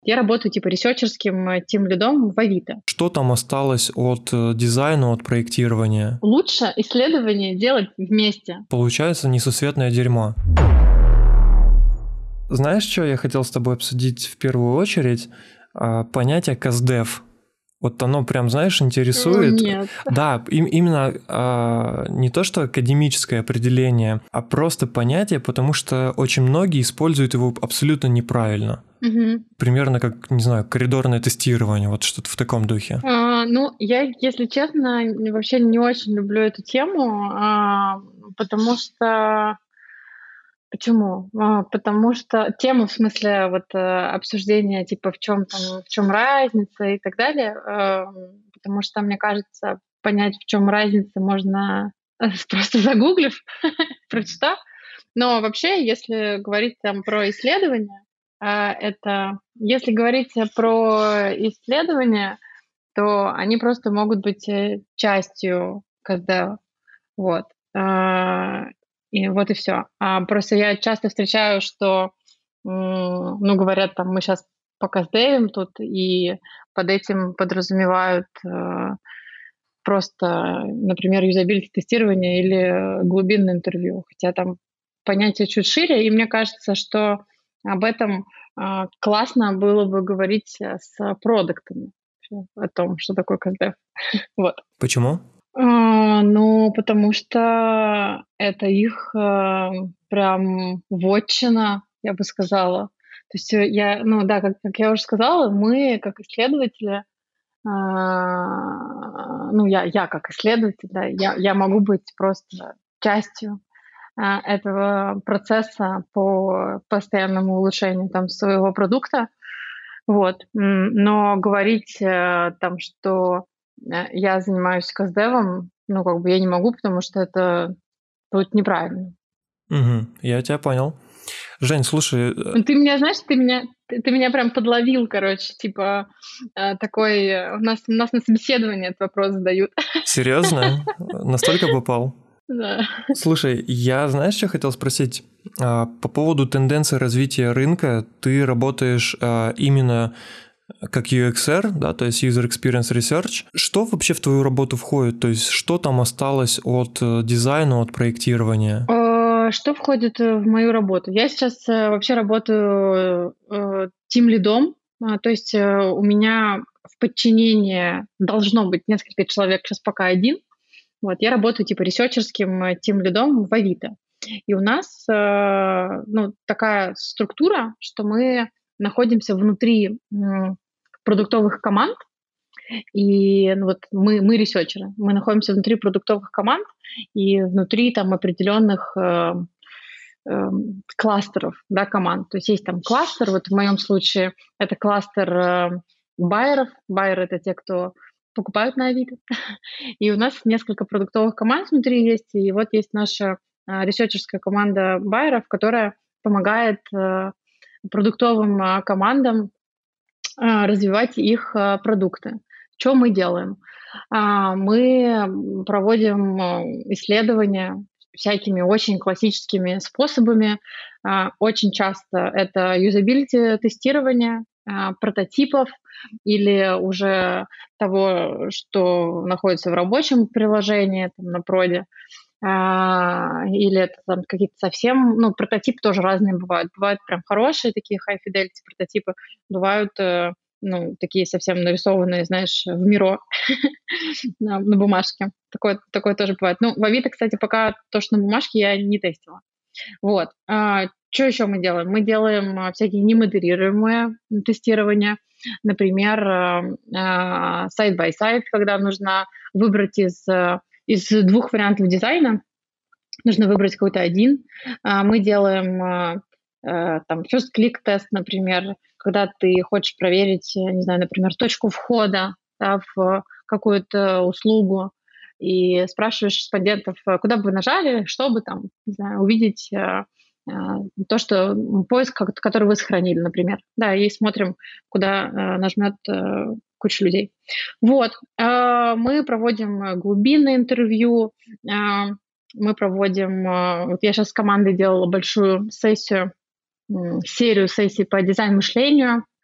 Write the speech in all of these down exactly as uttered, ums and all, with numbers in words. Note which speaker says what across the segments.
Speaker 1: Я работаю типа ресерчерским тимлидом в Авито.
Speaker 2: Что там осталось от э, дизайна, от проектирования?
Speaker 1: Лучше исследование делать вместе.
Speaker 2: Получается несусветное дерьмо. Знаешь, что я хотел с тобой обсудить в первую очередь? А, понятие КазДев. Вот оно прям, знаешь, интересует.
Speaker 1: О, нет.
Speaker 2: Да, им, именно а, не то, что академическое определение, а просто понятие, потому что очень многие используют его абсолютно неправильно.
Speaker 1: Угу.
Speaker 2: Примерно как, не знаю, коридорное тестирование, вот что-то в таком духе.
Speaker 1: А, ну, я, если честно, вообще не очень люблю эту тему, а, потому что... Почему? А, потому что тему, в смысле, вот э, обсуждения, типа, в чем там, в чем разница и так далее, э, потому что, мне кажется, понять, в чем разница, можно просто загуглив, прочитав. Но вообще, если говорить там про исследования, а, это, если говорить про исследования, то они просто могут быть э, частью КСД. Вот. А, И вот и все. А просто я часто встречаю, что, м, ну, говорят, там, мы сейчас по КСДевим тут, и под этим подразумевают э, просто, например, юзабилити-тестирование или глубинное интервью. Хотя там понятие чуть шире, и мне кажется, что об этом а, классно было бы говорить э, с продуктами о том, что такое КСДев. Вот.
Speaker 2: Почему?
Speaker 1: А, ну, потому что это их, э, прям вотчина, я бы сказала. То есть, э, я, ну да, как как я уже сказала, мы, как исследователи, а, ну, я я как исследователь, да, я я могу быть просто частью, а, этого процесса по постоянному улучшению там своего продукта. Вот, м, но говорить, э, там, что, э, я занимаюсь КСДевом, ну, как бы я не могу, потому что это будет неправильно.
Speaker 2: Угу, я тебя понял. Жень, слушай, э,
Speaker 1: Ну, ты меня, знаешь, ты меня ты ты меня прям подловил, короче, типа, э, такой, э, у нас у нас на собеседовании этот вопрос задают.
Speaker 2: серьезно? Настолько попал?
Speaker 1: Да.
Speaker 2: Слушай, я, знаешь, что хотел спросить? А, по поводу тенденции развития рынка, ты работаешь а, именно как ю экс ар, да, то есть User Experience Research. Что вообще в твою работу входит? То есть что там осталось от э, дизайна, от проектирования?
Speaker 1: А, что входит, э, в мою работу? Я сейчас, э, вообще работаю, э, тимлидом. А, то есть, э, у меня в подчинении должно быть несколько человек, сейчас пока один. Вот, я работаю типа ресерчерским э, тимлидом в Авито. И у нас, э, ну, такая структура, что мы находимся внутри, м, продуктовых команд. И, ну, вот мы мы ресерчеры. Мы находимся внутри продуктовых команд и внутри там определенных, э, эм, кластеров, да, команд. То есть есть там кластер, вот в моем случае это кластер, э, байеров. Байеры — это те, кто покупают на Авито. И у нас несколько продуктовых команд внутри есть. И вот есть наша, а, ресерчерская команда байеров, которая помогает, э, продуктовым, а, командам, а, развивать их, а, продукты. Чё мы делаем? А, мы, м, проводим, а, исследования всякими очень классическими способами. А, очень часто это юзабилити-тестирование, а, прототипов или уже того, что находится в рабочем приложении, там, на проде. А, или это там какие-то совсем, ну, прототипы тоже разные бывают. Бывают прям хорошие такие high fidelity прототипы, бывают, э, ну, такие совсем нарисованные, знаешь, в Миро на, на бумажке. Такое, такое тоже бывает. Ну, в Авито, кстати, пока то, что на бумажке, я не тестила. Вот. А, что еще мы делаем? Мы делаем а, всякие немодерируемые тестирования. Например, а, а, side-by-side, когда нужно выбрать из, а, из двух вариантов дизайна, нужно выбрать какой-то один. А, Мы делаем а, э, там first click тест, например, когда ты хочешь проверить, э, не знаю, например, точку входа, да, в какую-то услугу, и спрашиваешь респондентов, э, куда бы вы нажали, чтобы там, не знаю, увидеть э, э, то, что м, поиск, как- который вы сохранили, например. Да, и смотрим, куда э, нажмет э, куча людей. Вот. э, Мы проводим э, глубинное интервью, э, мы проводим, э, вот я сейчас с командой делала большую сессию, м, серию сессий по дизайн-мышлению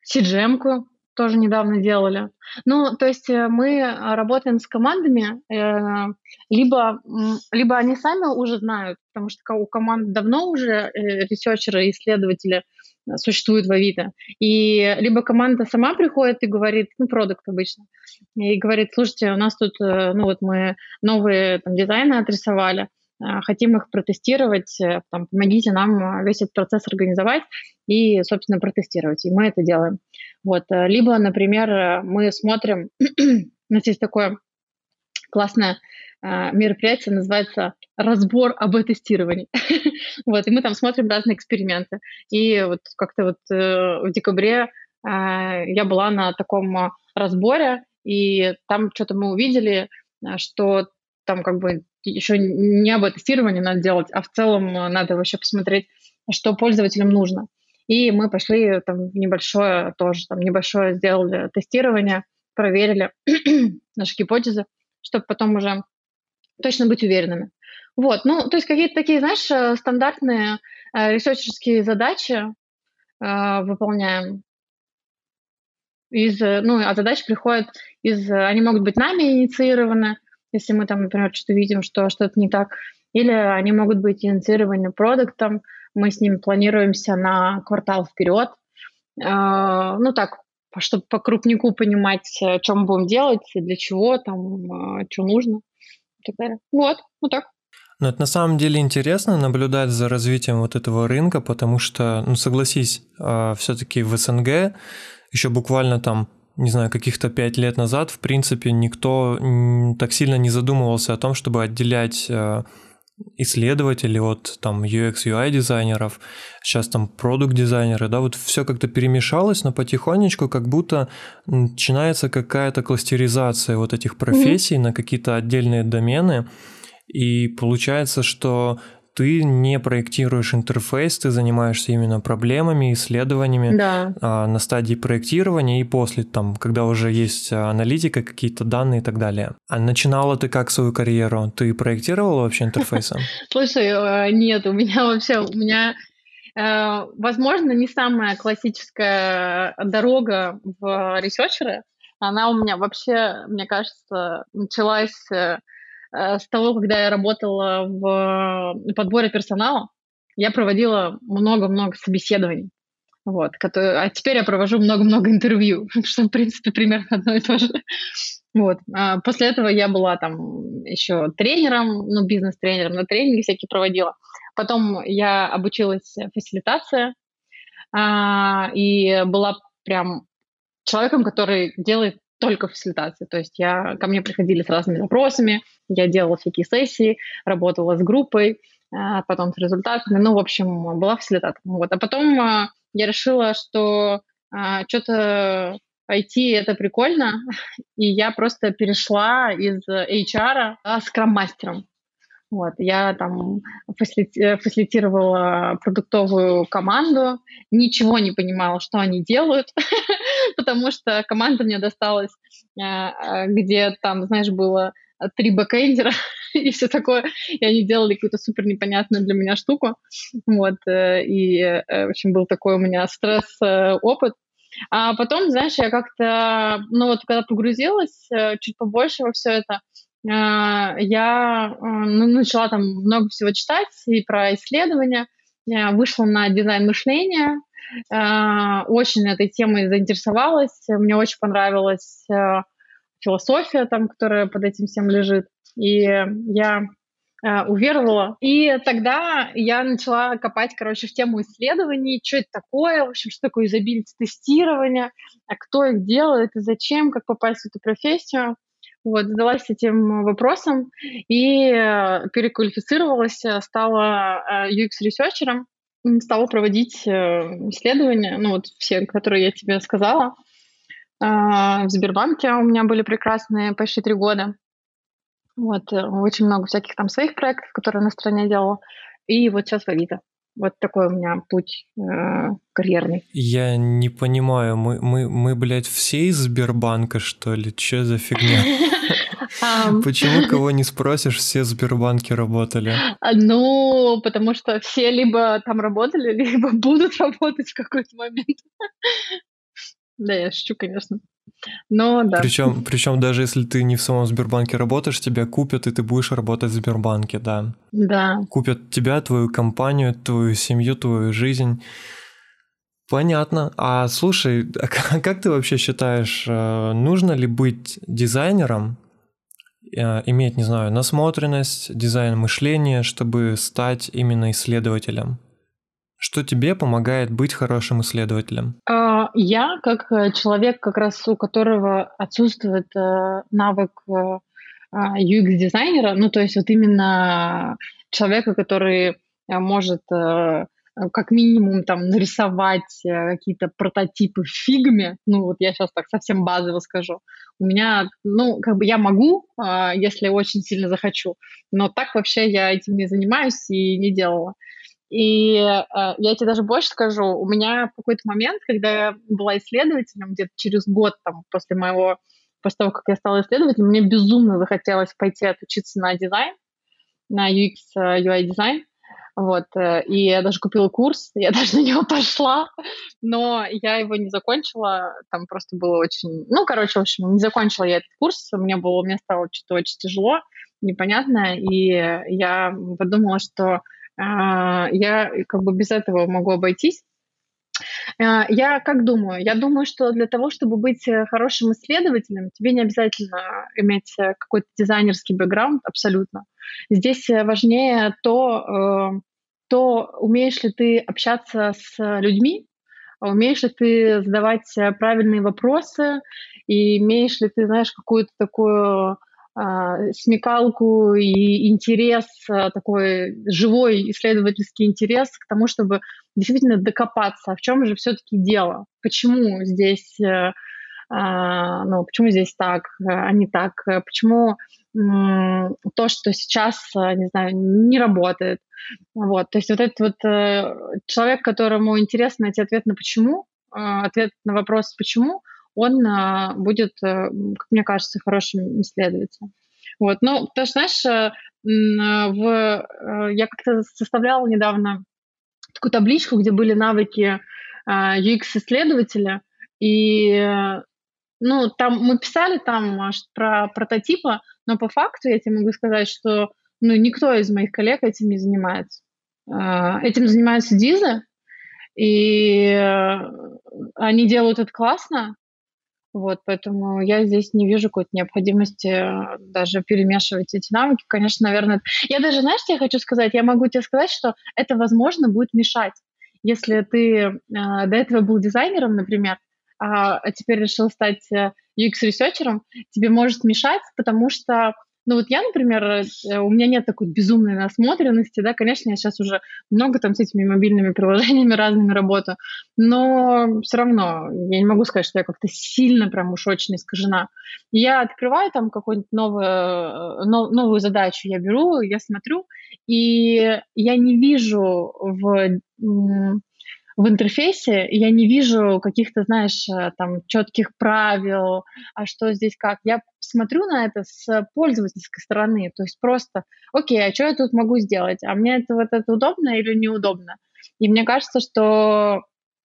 Speaker 1: си джи эм-ку тоже недавно делали. Ну, то есть э, мы а, работаем с командами, э, либо, м, либо они сами уже знают, потому что ко- у команд давно уже э, ресерчеры и исследователи э, существуют в Авито, и либо команда сама приходит и говорит, ну, продукт обычно, и говорит, слушайте, у нас тут, э, ну, вот мы новые там, дизайны отрисовали, э, хотим их протестировать, э, там, помогите нам э, весь этот процесс организовать и, собственно, протестировать. И мы это делаем. Вот. э, Либо, например, э, мы смотрим, у нас есть такое классное э, мероприятие, называется «Разбор об тестировании». Вот, и мы там смотрим разные эксперименты. И вот как-то вот э, в декабре э, я была на таком э, разборе, и там что-то мы увидели, э, что там как бы еще не об тестировании надо делать, а в целом э, надо вообще посмотреть, что пользователям нужно. И мы пошли там в небольшое тоже, там небольшое сделали тестирование, проверили наши гипотезы, чтобы потом уже точно быть уверенными. Вот, ну, то есть какие-то такие, знаешь, э, стандартные э, ресерчерские задачи э, выполняем. Из, э, ну, а задачи приходят из, э, они могут быть нами инициированы, если мы там, например, что-то видим, что что-то не так, или они могут быть инициированы продуктом, мы с ним планируемся на квартал вперед. Э, ну, так, чтобы по крупнику понимать, э, что мы будем делать, для чего там, что нужно и так далее. Вот, вот так.
Speaker 2: Но это на самом деле интересно наблюдать за развитием вот этого рынка, потому что, ну согласись, все-таки в СНГ еще буквально там, не знаю, каких-то пять лет назад, в принципе, никто так сильно не задумывался о том, чтобы отделять исследователей от там ю экс ю ай дизайнеров, сейчас там продукт-дизайнеры, да, вот все как-то перемешалось, но потихонечку как будто начинается какая-то кластеризация вот этих профессий mm-hmm. на какие-то отдельные домены, и получается, что ты не проектируешь интерфейс, ты занимаешься именно проблемами, исследованиями
Speaker 1: да.
Speaker 2: а, на стадии проектирования и после, там, когда уже есть аналитика, какие-то данные и так далее. А начинала ты как свою карьеру? Ты проектировала вообще интерфейсы?
Speaker 1: Слушай, нет, у меня вообще, у меня, возможно, не самая классическая дорога в ресерчеры. Она у меня вообще, мне кажется, началась с того, когда я работала в подборе персонала. Я проводила много-много собеседований. Вот, который, а теперь я провожу много-много интервью, что, в принципе, примерно одно и то же. Вот. А после этого я была там еще тренером, ну, бизнес-тренером, на тренинги всякие проводила. Потом я обучилась фасилитации а, и была прям человеком, который делает только фасилитации. То есть я, ко мне приходили с разными запросами, я делала всякие сессии, работала с группой, а, потом с результатами. Ну, в общем, была фасилитатором. Вот. А потом а, я решила, что а, что-то ай ти — это прикольно, и я просто перешла из эйч ар а, скрам-мастером. Вот, я там фасилитировала продуктовую команду, ничего не понимала, что они делают, потому что команда мне досталась, где там, знаешь, было три бэкэндера и все такое, и они делали какую-то супер непонятную для меня штуку, вот, и, в общем, был такой у меня стресс-опыт. А потом, знаешь, я как-то, ну вот, когда погрузилась чуть побольше во все это, я ну, начала там много всего читать и про исследования, я вышла на дизайн мышления, очень этой темой заинтересовалась, мне очень понравилась философия, там, которая под этим всем лежит, и я уверовала. И тогда я начала копать, короче, в тему исследований, что это такое, в общем, что такое юзабилити тестирование, а кто их делает и зачем, как попасть в эту профессию. Вот, задалась этим вопросом и переквалифицировалась, стала ю экс-ресерчером, стала проводить исследования, ну вот все, которые я тебе сказала. В Сбербанке у меня были прекрасные почти три года. Вот, очень много всяких там своих проектов, которые на стороне делала. И вот сейчас в Авито. Вот такой у меня путь э, карьерный.
Speaker 2: Я не понимаю, мы, мы, мы, блядь, все из Сбербанка, что ли? Че за фигня? Почему кого не спросишь, все в Сбербанке работали?
Speaker 1: Ну, потому что все либо там работали, либо будут работать в какой-то момент. Да, я шучу, конечно. Но да.
Speaker 2: Причем, причем даже если ты не в самом Сбербанке работаешь, тебя купят, и ты будешь работать в Сбербанке, да.
Speaker 1: Да.
Speaker 2: Купят тебя, твою компанию, твою семью, твою жизнь. Понятно. А слушай, а к- как ты вообще считаешь, э, нужно ли быть дизайнером, э, иметь, не знаю, насмотренность, дизайн мышления, чтобы стать именно исследователем? Что тебе помогает быть хорошим исследователем?
Speaker 1: А, я, как э, человек, как раз у которого отсутствует э, навык э, а, ю экс-дизайнера, ну, то есть вот именно человека, который э, может э, э, как минимум там нарисовать э, какие-то прототипы в фигме, ну, вот я сейчас так совсем базово скажу. У меня, ну, как бы я могу, а, если очень сильно захочу, но так вообще я этим не занимаюсь и не делала. И, э, я тебе даже больше скажу, у меня в какой-то момент, когда я была исследователем, где-то через год там после моего после того, как я стала исследователем, мне безумно захотелось пойти отучиться на дизайн, на ю экс, э, ю ай-дизайн. Вот, э, и я даже купила курс, я даже на него пошла, но я его не закончила, там просто было очень... Ну, короче, в общем, не закончила я этот курс, мне было, мне стало что-то очень тяжело, непонятно, и я подумала, что а, я как бы без этого могу обойтись. А, Я как думаю? Я думаю, что для того, чтобы быть э, хорошим исследователем, тебе не обязательно иметь э, какой-то дизайнерский бэкграунд, абсолютно. Здесь э, важнее то, э, то, умеешь ли ты общаться с людьми, а умеешь ли ты задавать э, правильные вопросы, и имеешь ли ты, знаешь, какую-то такую а, смекалку и интерес, а, такой живой исследовательский интерес к тому, чтобы действительно докопаться, а в чем же все-таки дело, почему здесь, э, а, ну, почему здесь так, э, а не так, э, почему м, то, что сейчас, э, не знаю, не работает. Вот, то есть вот этот вот э, человек, которому интересно найти ответ на почему, э, ответ на вопрос почему, он а, будет, э, м, как мне кажется, хорошим исследователем. Вот, ну, потому что, знаешь, э, м, а, в, э, я как-то составляла недавно такую табличку, где были навыки а, ю экс-исследователя, и э, ну, там мы писали там аж про прототипы, но по факту я тебе могу сказать, что ну, никто из моих коллег этим не занимается. А, Этим занимаются дизы, и э, они делают это классно, вот, поэтому я здесь не вижу какой-то необходимости э, даже перемешивать эти навыки. Конечно, наверное, я даже, знаешь, что я хочу сказать? Я могу тебе сказать, что это, возможно, будет мешать. Если ты э, до этого был дизайнером, например, а, а теперь решил стать э, ю экс-ресерчером, тебе может мешать, потому что, ну вот я, например, э, у меня нет такой безумной насмотренности, да, конечно, я сейчас уже много там с этими мобильными приложениями разными работаю, но все равно я не могу сказать, что я как-то сильно прям уж очень искажена. Я открываю там какую-нибудь новую, э, но- новую задачу, я беру, я смотрю, и я не вижу в, м, в интерфейсе, я не вижу каких-то, знаешь, э, там четких правил, а что здесь как. Я смотрю на это с пользовательской стороны, то есть просто, окей, а что я тут могу сделать? А мне это вот это удобно или неудобно? И мне кажется, что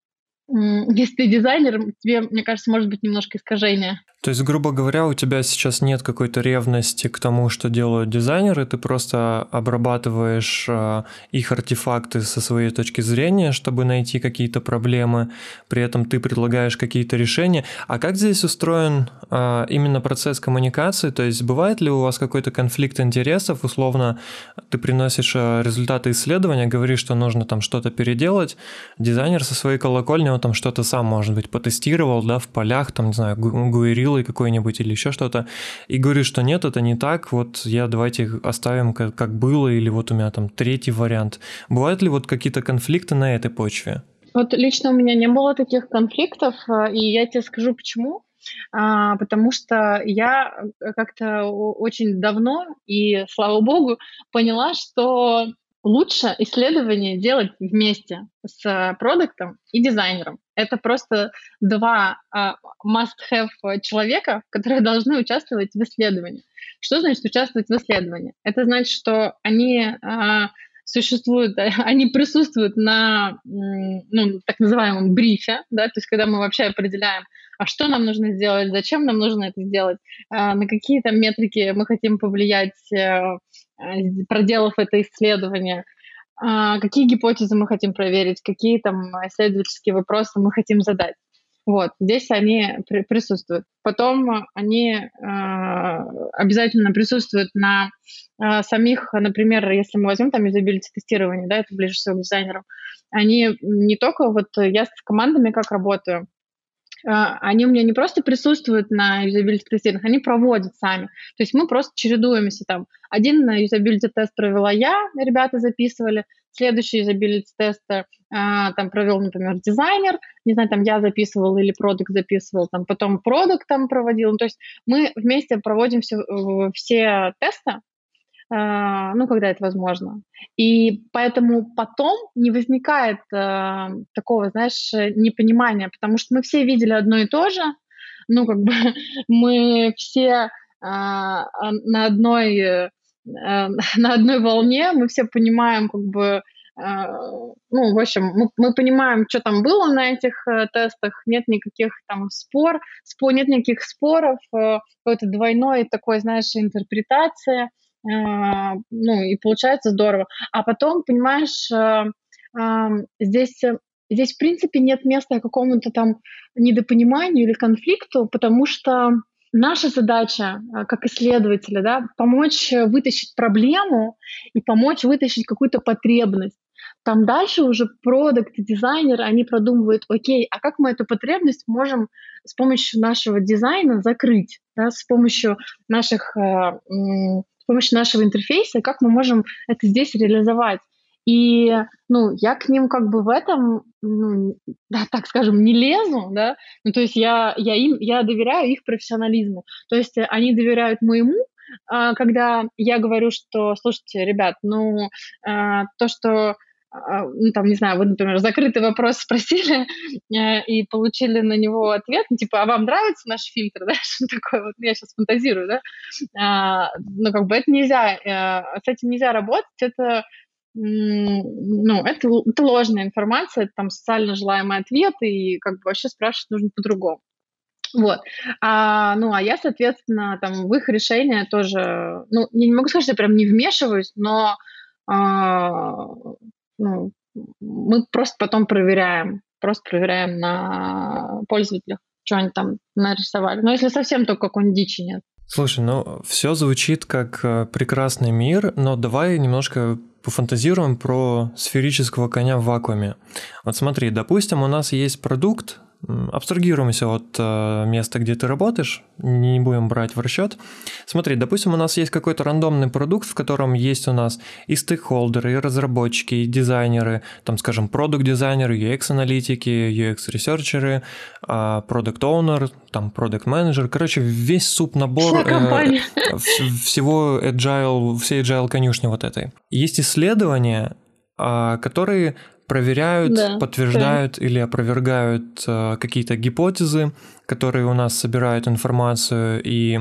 Speaker 1: М, если ты дизайнер, тебе, мне кажется, может быть немножко искажение.
Speaker 2: То есть, грубо говоря, у тебя сейчас нет какой-то ревности к тому, что делают дизайнеры, ты просто обрабатываешь а, их артефакты со своей точки зрения, чтобы найти какие-то проблемы, при этом ты предлагаешь какие-то решения. А как здесь устроен а, именно процесс коммуникации? То есть, бывает ли у вас какой-то конфликт интересов, условно, ты приносишь а, результаты исследования, говоришь, что нужно там что-то переделать, дизайнер со своей колокольни, он там что-то сам, может быть, потестировал, да, в полях, там, не знаю, гуэрилой какой-нибудь или еще что-то, и говорит, что нет, это не так, вот я давайте оставим как, как было, или вот у меня там третий вариант. Бывают ли вот какие-то конфликты на этой почве?
Speaker 1: Вот лично у меня не было таких конфликтов, а, и я тебе скажу почему. А, потому что я э, как-то о- очень давно, и слава богу, поняла, что лучше исследование делать вместе с продуктом и дизайнером. Это просто два а, must-have человека, которые должны участвовать в исследовании. Что значит участвовать в исследовании? Это значит, что они а, существуют, они присутствуют на м, ну, так называемом брифе, да, то есть когда мы вообще определяем, а что нам нужно сделать, зачем нам нужно это сделать, а, на какие там метрики мы хотим повлиять, э, проделав это исследование, а, какие гипотезы мы хотим проверить, какие там исследовательские вопросы мы хотим задать. Вот, здесь они при- присутствуют. Потом они э, обязательно присутствуют на э, самих, например, если мы возьмем там юзабилити-тестирование, да, это ближе всего к дизайнерам, они не только, вот я с командами как работаю, а, они у меня не просто присутствуют на юзабилити-тестированиях, они проводят сами. То есть мы просто чередуемся там. Один юзабилити-тест провела я, ребята записывали, следующий юзабилити-тест а, там провел, например, дизайнер, не знаю, там я записывала или продукт записывал, там потом продукт там проводил. Ну, то есть мы вместе проводим все, все тесты, а, ну, когда это возможно. И поэтому потом не возникает э, такого, знаешь, э, непонимания, потому что мы все видели одно и то же, ну, как бы мы все а, а, на одной, э, на одной волне, мы все понимаем, как бы, а, ну, в общем, мы, мы понимаем, что там было на этих э, тестах, нет никаких там спор, спо, нет никаких споров, э, какой-то двойной такой, знаешь, интерпретации. А, ну, и получается здорово. А потом, понимаешь, а, ам, здесь, э, здесь, в принципе, нет места какому-то там недопониманию или конфликту, потому что наша задача, а, как исследователя, да, помочь э, вытащить проблему и помочь вытащить какую-то потребность. Там дальше уже продакт и дизайнер, они продумывают, окей, а как мы эту потребность можем с помощью нашего дизайна закрыть, да, с помощью наших э, м, с помощью нашего интерфейса, как мы можем это здесь реализовать. И, ну, я к ним как бы в этом, ну, да, так скажем, не лезу, да, ну, то есть я, я им, я доверяю их профессионализму. То есть э, они доверяют моему, а, когда я говорю, что, слушайте, ребят, ну, а, то, что а, ну, там, не знаю, вы, например, закрытый вопрос спросили э, и получили на него ответ, ну, типа, а вам нравится наш фильтр, да, что такое, вот я сейчас фантазирую, да, а, ну, как бы это нельзя, э, с этим нельзя работать, это, ну, это, это ложная информация, это там социально желаемый ответ, и как бы вообще спрашивать нужно по-другому. Вот. А, ну, а я, соответственно, там в их решение тоже, ну, я не могу сказать, что я прям не вмешиваюсь, но а, ну, мы просто потом проверяем, просто проверяем на пользователях, что они там нарисовали. Но если совсем только какой-нибудь дичи нет.
Speaker 2: Слушай, ну все звучит как э, прекрасный мир, но давай немножко пофантазируем про сферического коня в вакууме. Вот смотри, допустим, у нас есть продукт, м, абстрагируемся от э, места, где ты работаешь, не будем брать в расчет. Смотри, допустим, у нас есть какой-то рандомный продукт, в котором есть у нас и стейкхолдеры, и разработчики, и дизайнеры, там, скажем, продукт-дизайнеры, ю экс-аналитики, ю экс-ресерчеры, продукт-оунер, там, продукт-менеджер, короче, весь суп-набор
Speaker 1: Вся компания.
Speaker 2: э, вс- всего agile, всей agile конюшни вот этой. Есть исследования, а, которые проверяют,
Speaker 1: Да,
Speaker 2: подтверждают или опровергают а, какие-то гипотезы, которые у нас собирают информацию и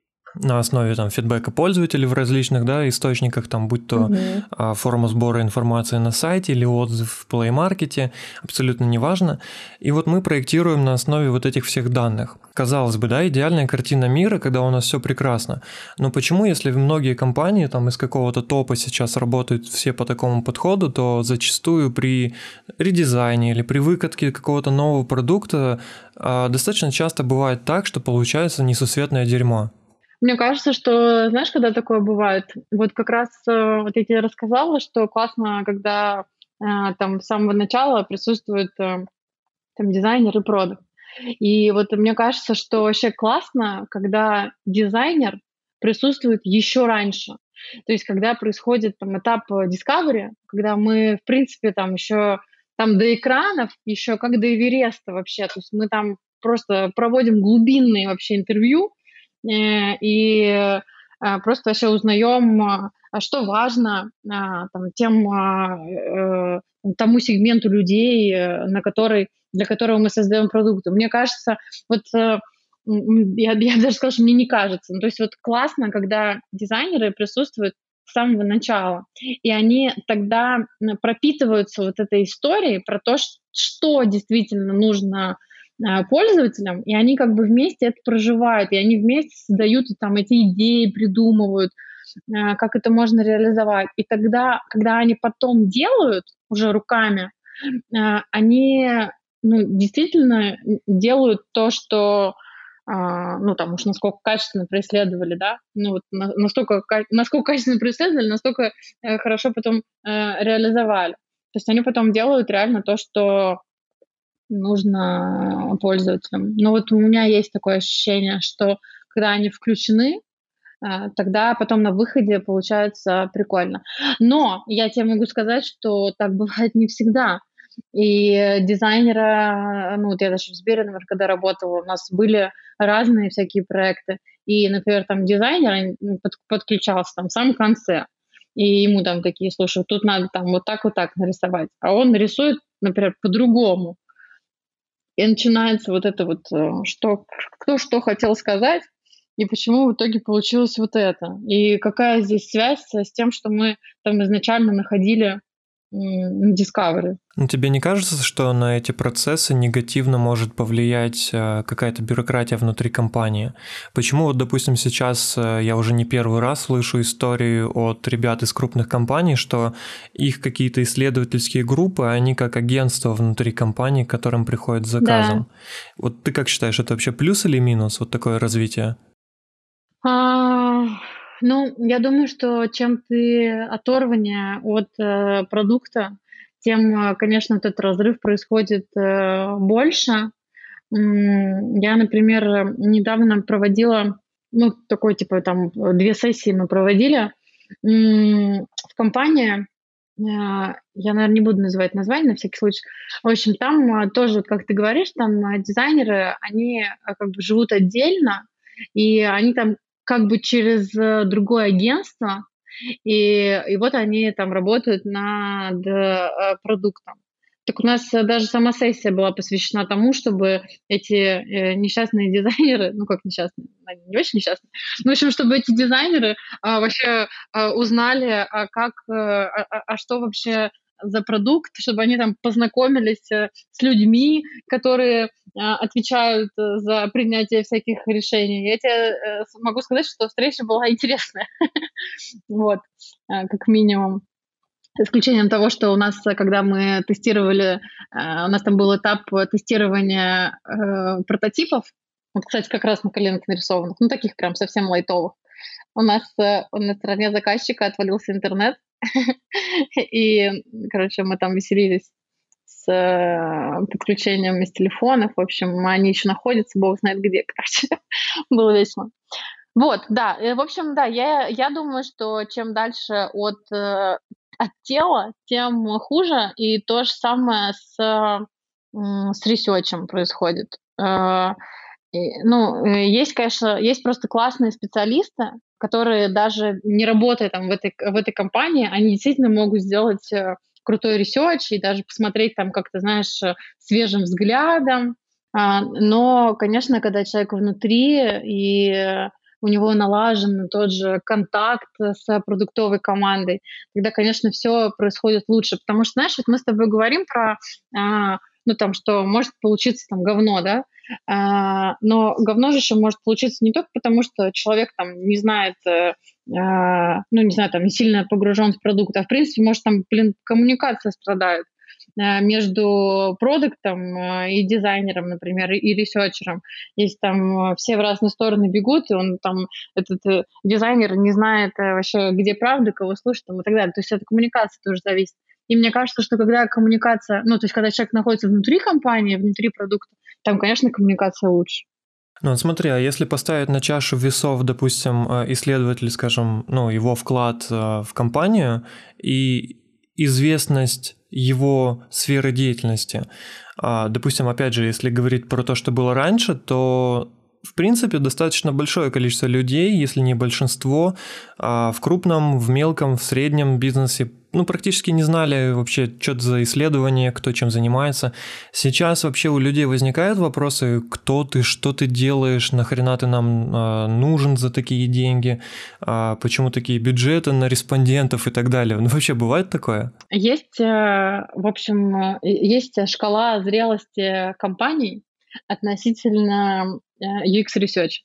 Speaker 2: на основе там фидбэка пользователей в различных, да, источниках, там, будь то
Speaker 1: Мгм.
Speaker 2: а, форма сбора информации на сайте или отзыв в Play Market, абсолютно неважно. И вот мы проектируем на основе вот этих всех данных. Казалось бы, да, идеальная картина мира, когда у нас все прекрасно. Но почему, если многие компании там из какого-то топа сейчас работают все по такому подходу, то зачастую при редизайне или при выкатке какого-то нового продукта а, достаточно часто бывает так, что получается несусветное дерьмо?
Speaker 1: Мне кажется, что, знаешь, когда такое бывает, вот как раз э, вот я тебе рассказала, что классно, когда э, там с самого начала присутствует э, там дизайнер и продакт. И вот мне кажется, что вообще классно, когда дизайнер присутствует еще раньше. То есть когда происходит там этап э, discovery, когда мы, в принципе, там еще там до экранов, еще как до Эвереста вообще. То есть мы там просто проводим глубинные вообще интервью, э, и э, просто вообще узнаем, а, а что важно а, там, тем, а, э, тому сегменту людей, э, на который, для которого мы создаем продукты. Мне кажется, вот э, м, я, я даже сказала, что мне не кажется. Ну, то есть вот классно, когда дизайнеры присутствуют с самого начала, и они тогда м, пропитываются вот этой историей про то, ш- что действительно нужно а, пользователям, и они как бы вместе это проживают, и они вместе создают там эти идеи, придумывают, а, как это можно реализовать. И тогда, когда они потом делают уже руками, а, они, ну, действительно делают то, что, а, ну, там уж насколько качественно преисследовали, да, ну, вот на настолько ка насколько качественно преисследовали, настолько, э, хорошо потом, э, реализовали. То есть они потом делают реально то, что нужно пользователям. Но вот у меня есть такое ощущение, что когда они включены, а, тогда потом на выходе получается прикольно. Но я тебе могу сказать, что так бывает не всегда. И дизайнера, ну вот я даже в Сбере, например, когда работала, у нас были разные всякие проекты. И, например, там дизайнер ну, под- подключался там в самом конце. И ему там такие, слушай, тут надо там вот так вот так нарисовать. А он рисует, например, по-другому. И начинается вот это вот, э, что кто что хотел сказать и почему в итоге получилось вот это. И какая здесь связь с тем, что мы там изначально находили, м, в Discovery.
Speaker 2: Ну, тебе не кажется, что на эти процессы негативно может повлиять э, какая-то бюрократия внутри компании? Почему вот, допустим, сейчас э, я уже не первый раз слышу историю от ребят из крупных компаний, что их какие-то исследовательские группы, они как агентство внутри компании, к которым приходят с
Speaker 1: Да.
Speaker 2: заказом. Вот ты как считаешь, это вообще плюс или минус, вот такое развитие?
Speaker 1: А, ну, я думаю, что чем ты оторваннее от, э, продукта, тем, э, конечно, вот этот разрыв происходит, э, больше. М, я, например, э, недавно проводила, ну, такой, типа, там, э, две сессии мы проводили, м, в компании. А, я, наверно, не буду называть название на всякий случай. В общем, там, а, тоже, вот как ты говоришь, там, а, дизайнеры, они, а, как бы живут отдельно, и они там как бы через, э, другое агентство, и и вот они там работают над, э, продуктом. Так у нас, э, даже сама сессия была посвящена тому, чтобы эти, э, несчастные дизайнеры, ну, как несчастные, они не очень несчастные, ну, в общем, чтобы эти дизайнеры, а, вообще, а, узнали, а как, э, а а а что вообще за продукт, чтобы они там познакомились, э, с людьми, которые, а, отвечают, э, за принятие всяких решений. Я те, э, с могу сказать, что встреча была интересная. Вот, а, как минимум. За исключением того, что у нас, э, когда мы тестировали, а, у нас там был этап э, тестирования, э, прототипов. Вот, кстати, как раз на коленке нарисованных, ну, таких прям совсем лайтовых. У нас, э, на стороне заказчика отвалился интернет, и, короче, мы там веселились с, э, подключением из телефонов. В общем, они еще находятся, бог знает где, короче. Было весело. Вот, да, э, в общем, да, я я думаю, что чем дальше от, э, от тела, тем хуже. И то же самое с, м, с ресерчем происходит. Э, и, ну, э, есть, конечно, есть просто классные специалисты, которые даже не работая там в этой в этой компании, они действительно могут сделать, э, крутой ресерч и даже посмотреть там как-то, знаешь, э, свежим взглядом. А, но, конечно, когда человек внутри и, э, у него налажен тот же контакт с продуктовой командой, тогда, конечно, все происходит лучше. Потому что, знаешь, вот мы с тобой говорим про, а, ну, там, что может получиться там говно, да, а, но говно же еще может получиться не только потому, что человек там не знает, э, а, ну, не знаю, там, не сильно погружен в продукт, а в принципе, может, там, блин, коммуникация страдает э, между продуктом э, и дизайнером, например, и ресерчером. Если там э, все в разные стороны бегут, и он там, этот э, дизайнер не знает э, вообще, где правда, кого слушать там, и так далее. То есть это коммуникация тоже зависит. И мне кажется, что когда коммуникация, ну, то есть когда человек находится внутри компании, внутри продукта, там, конечно, коммуникация лучше.
Speaker 2: Ну, вот смотри, а если поставить на чашу весов, допустим, э, исследователь, скажем, ну, его вклад э, в компанию и известность его сферы деятельности. А, Допустим, опять же, если говорить про то, что было раньше, то в принципе достаточно большое количество людей, если не большинство, а, в крупном, в мелком, в среднем бизнесе, ну, практически не знали вообще, что это за исследование, кто чем занимается. Сейчас вообще у людей возникают вопросы, кто ты, что ты делаешь, нахрена ты нам а, нужен за такие деньги, а, почему такие бюджеты на респондентов и так далее. Ну, вообще бывает такое?
Speaker 1: Есть, э, в общем, э, есть шкала зрелости компаний, относительно ю экс Research.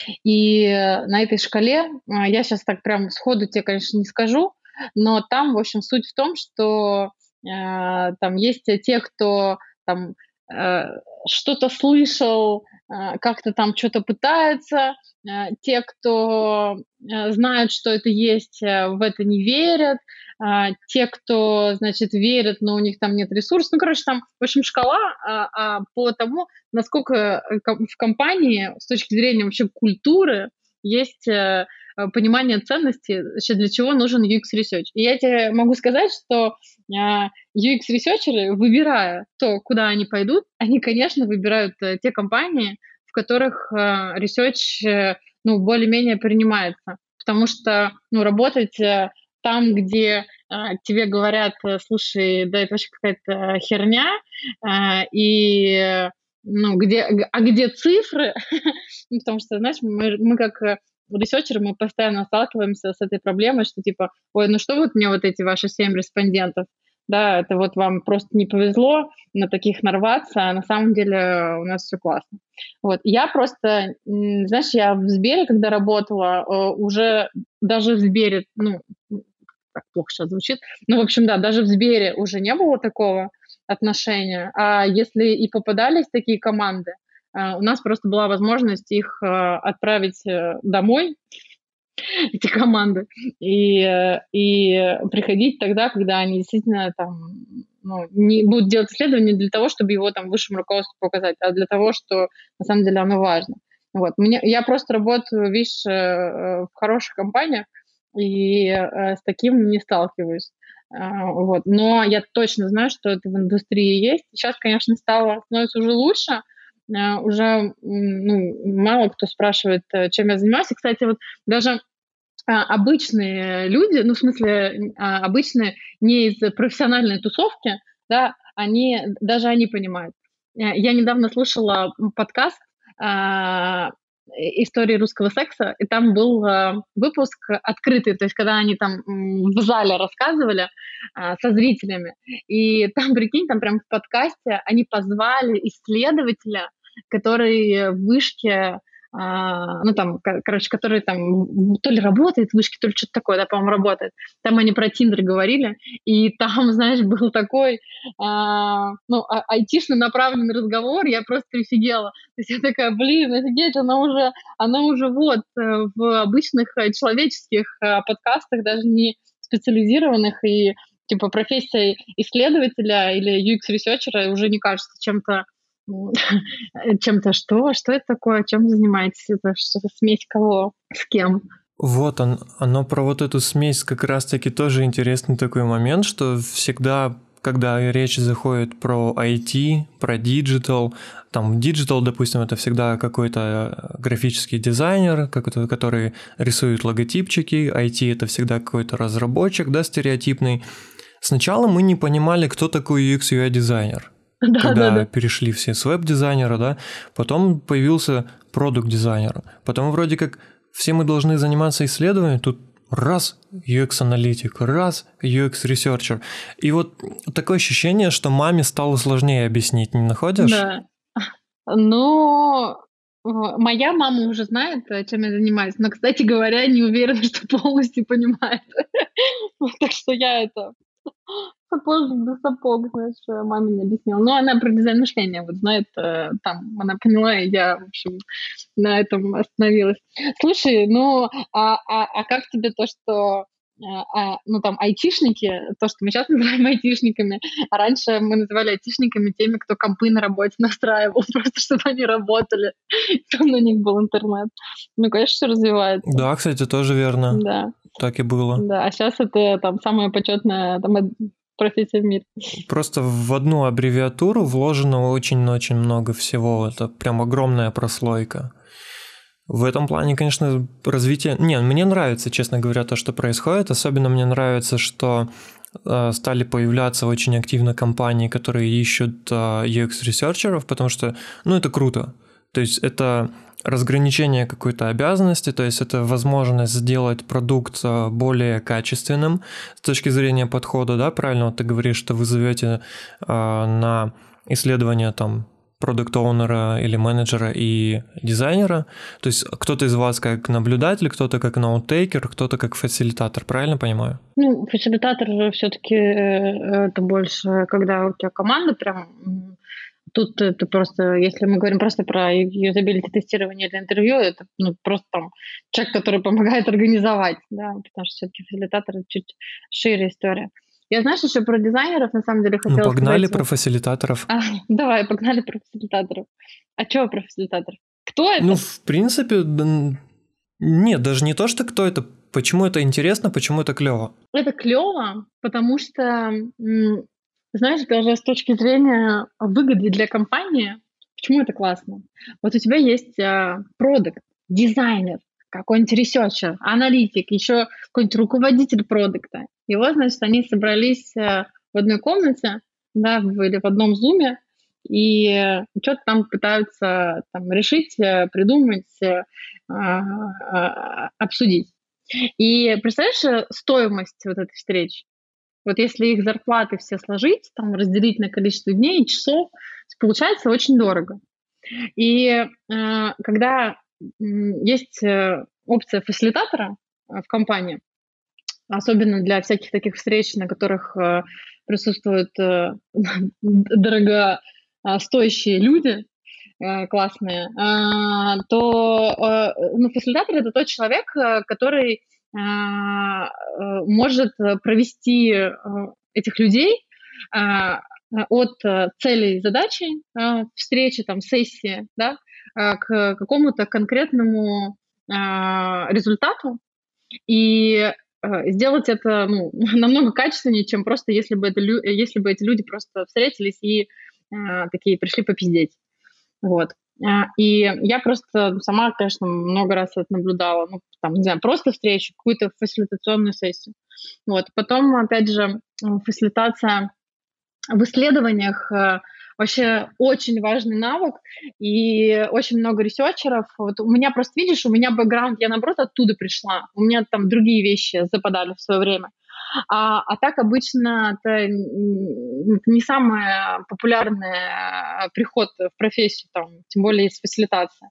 Speaker 1: И на этой шкале, я сейчас так прям сходу тебе, конечно, не скажу, но там, в общем, суть в том, что э, там есть те, кто там э, что-то слышал, э, как-то там что-то пытается, э, те, кто э, знают, что это есть, э, в это не верят, э, те, кто, значит, верят, но у них там нет ресурсов. Ну, короче, там, в общем, шкала а, а, по тому, насколько в компании с точки зрения вообще культуры есть э, понимание ценностей, вообще для чего нужен ю экс Research. И я тебе могу сказать, что э, ю экс Researcher'ы, выбирая то, куда они пойдут, они, конечно, выбирают э, те компании, в которых э, Research э, ну, более-менее принимается. Потому что ну, работать э, там, где э, тебе говорят, слушай, да это вообще какая-то херня, э, и ну, где, а где цифры? Ну, потому что, знаешь, мы, мы как ресерчеры, мы постоянно сталкиваемся с этой проблемой, что типа, ой, ну что вот мне вот эти ваши семь респондентов, да, это вот вам просто не повезло на таких нарваться, а на самом деле у нас все классно. Вот, я просто, знаешь, я в Сбере, когда работала, уже даже в Сбере, ну, так плохо сейчас звучит, ну, в общем, да, даже в Сбере уже не было такого отношения, а если и попадались такие команды, у нас просто была возможность их отправить домой, эти команды, и, и приходить тогда, когда они действительно там, ну, не будут делать исследование для того, чтобы его там высшему руководству показать, а для того, что на самом деле оно важно. Вот. Мне, я просто работаю, видишь, в хороших компаниях, и с таким не сталкиваюсь. Вот. Но я точно знаю, что это в индустрии есть. Сейчас, конечно, стало, становится уже лучше, уже ну, мало кто спрашивает, чем я занимаюсь. И, кстати, вот даже обычные люди, ну, в смысле, обычные, не из профессиональной тусовки, да, они, даже они понимают. Я недавно слушала подкаст «Истории русского секса», и там был выпуск открытый, то есть когда они там в зале рассказывали со зрителями, и там, прикинь, там прям в подкасте они позвали исследователя, который в вышке, а, ну там, короче, который там то ли работает в вышке, то ли что-то такое, да, по-моему, работает. Там они про Тиндер говорили, и там, знаешь, был такой, а, ну, а- айтишно направленный разговор, я просто офигела. То есть я такая, блин, офигеть, она уже, она уже вот в обычных человеческих подкастах, даже не специализированных, и типа профессия исследователя или ю экс-ресерчера уже не кажется чем-то чем-то что? Что это такое? Чем занимаетесь? Это что-то смесь кого? С кем?
Speaker 2: Вот он, оно про вот эту смесь как раз-таки тоже интересный такой момент, что всегда, когда речь заходит про ай ти, про диджитал, там диджитал, допустим, это всегда какой-то графический дизайнер, который рисует логотипчики, ай ти это всегда какой-то разработчик, да, стереотипный. Сначала мы не понимали, кто такой ю экс ю ай-дизайнер. Да, когда да, да. перешли все с веб-дизайнера, да, потом появился продукт-дизайнер, потом вроде как все мы должны заниматься исследованием, тут раз ю экс-аналитик, раз ю экс-ресерчер, и вот такое ощущение, что маме стало сложнее объяснить, не находишь?
Speaker 1: Да, ну, моя мама уже знает, чем я занимаюсь, но, кстати говоря, не уверена, что полностью понимает, так что я это... Сапожник да сапог, знаешь, маме не объяснила. Но она про дизайн мышления вот знает, там, она поняла, и я, в общем, на этом остановилась. Слушай, ну, а, а, а как тебе то, что, а, ну, там, айтишники, то, что мы сейчас называем айтишниками, а раньше мы называли айтишниками теми, кто компы на работе настраивал, просто чтобы они работали, там на них был интернет. Ну, конечно, все развивается.
Speaker 2: Да, кстати, тоже верно.
Speaker 1: Да.
Speaker 2: Так и было.
Speaker 1: Да, а сейчас это там самая почетная там, профессия в мире.
Speaker 2: Просто в одну аббревиатуру вложено очень-очень много всего. Это прям огромная прослойка. В этом плане, конечно, развитие... Не, мне нравится, честно говоря, то, что происходит. Особенно мне нравится, что э, стали появляться очень активно компании, которые ищут э, ю экс-ресерчеров, потому что, ну, это круто. То есть это разграничение какой-то обязанности, то есть это возможность сделать продукт более качественным с точки зрения подхода, да, правильно вот ты говоришь, что вы зовете э, на исследование там продукт-оунера или менеджера и дизайнера. То есть кто-то из вас как наблюдатель, кто-то как ноут-тейкер, кто-то как фасилитатор, правильно понимаю?
Speaker 1: Ну, фасилитатор же все-таки это больше, когда у тебя команда прям... Тут это просто, если мы говорим просто про юзабилити тестирование или интервью, это ну, просто там человек, который помогает организовать, да, потому что все-таки фасилитатор чуть шире история. Я, знаешь, еще про дизайнеров, на самом деле, хотела
Speaker 2: ну, погнали
Speaker 1: сказать...
Speaker 2: про фасилитаторов.
Speaker 1: А, давай, погнали про фасилитаторов. А что про фасилитаторов? Кто это?
Speaker 2: Ну, в принципе, нет, даже не то, что кто это, почему это интересно, почему это клево.
Speaker 1: Это клево, потому что, знаешь, даже с точки зрения выгоды для компании, почему это классно? Вот у тебя есть продукт, дизайнер, какой-нибудь ресерчер, аналитик, еще какой-нибудь руководитель продукта. И вот, значит, они собрались в одной комнате, да, или в одном зуме, и что-то там пытаются там, решить, придумать, обсудить. И представляешь стоимость вот этой встречи? Вот если их зарплаты все сложить, там разделить на количество дней и часов, получается очень дорого. И э, когда есть опция фасилитатора в компании, особенно для всяких таких встреч, на которых присутствуют дорогостоящие люди, классные, то ну, фасилитатор – это тот человек, который может провести этих людей от целей задачи встречи, там, сессии, да, к какому-то конкретному результату и сделать это ну, намного качественнее, чем просто если бы, это, если бы эти люди просто встретились и такие пришли попиздеть. Вот. И я просто сама, конечно, много раз это наблюдала, ну, там, не знаю, просто встречу, какую-то фасилитационную сессию. Вот. Потом, опять же, фасилитация в исследованиях вообще очень важный навык, и очень много ресерчеров. Вот у меня просто, видишь, у меня бэкграунд, я, наоборот, оттуда пришла. У меня там другие вещи западали в свое время. А, а так обычно это не самый популярный приход в профессию, там, тем более из фасилитации.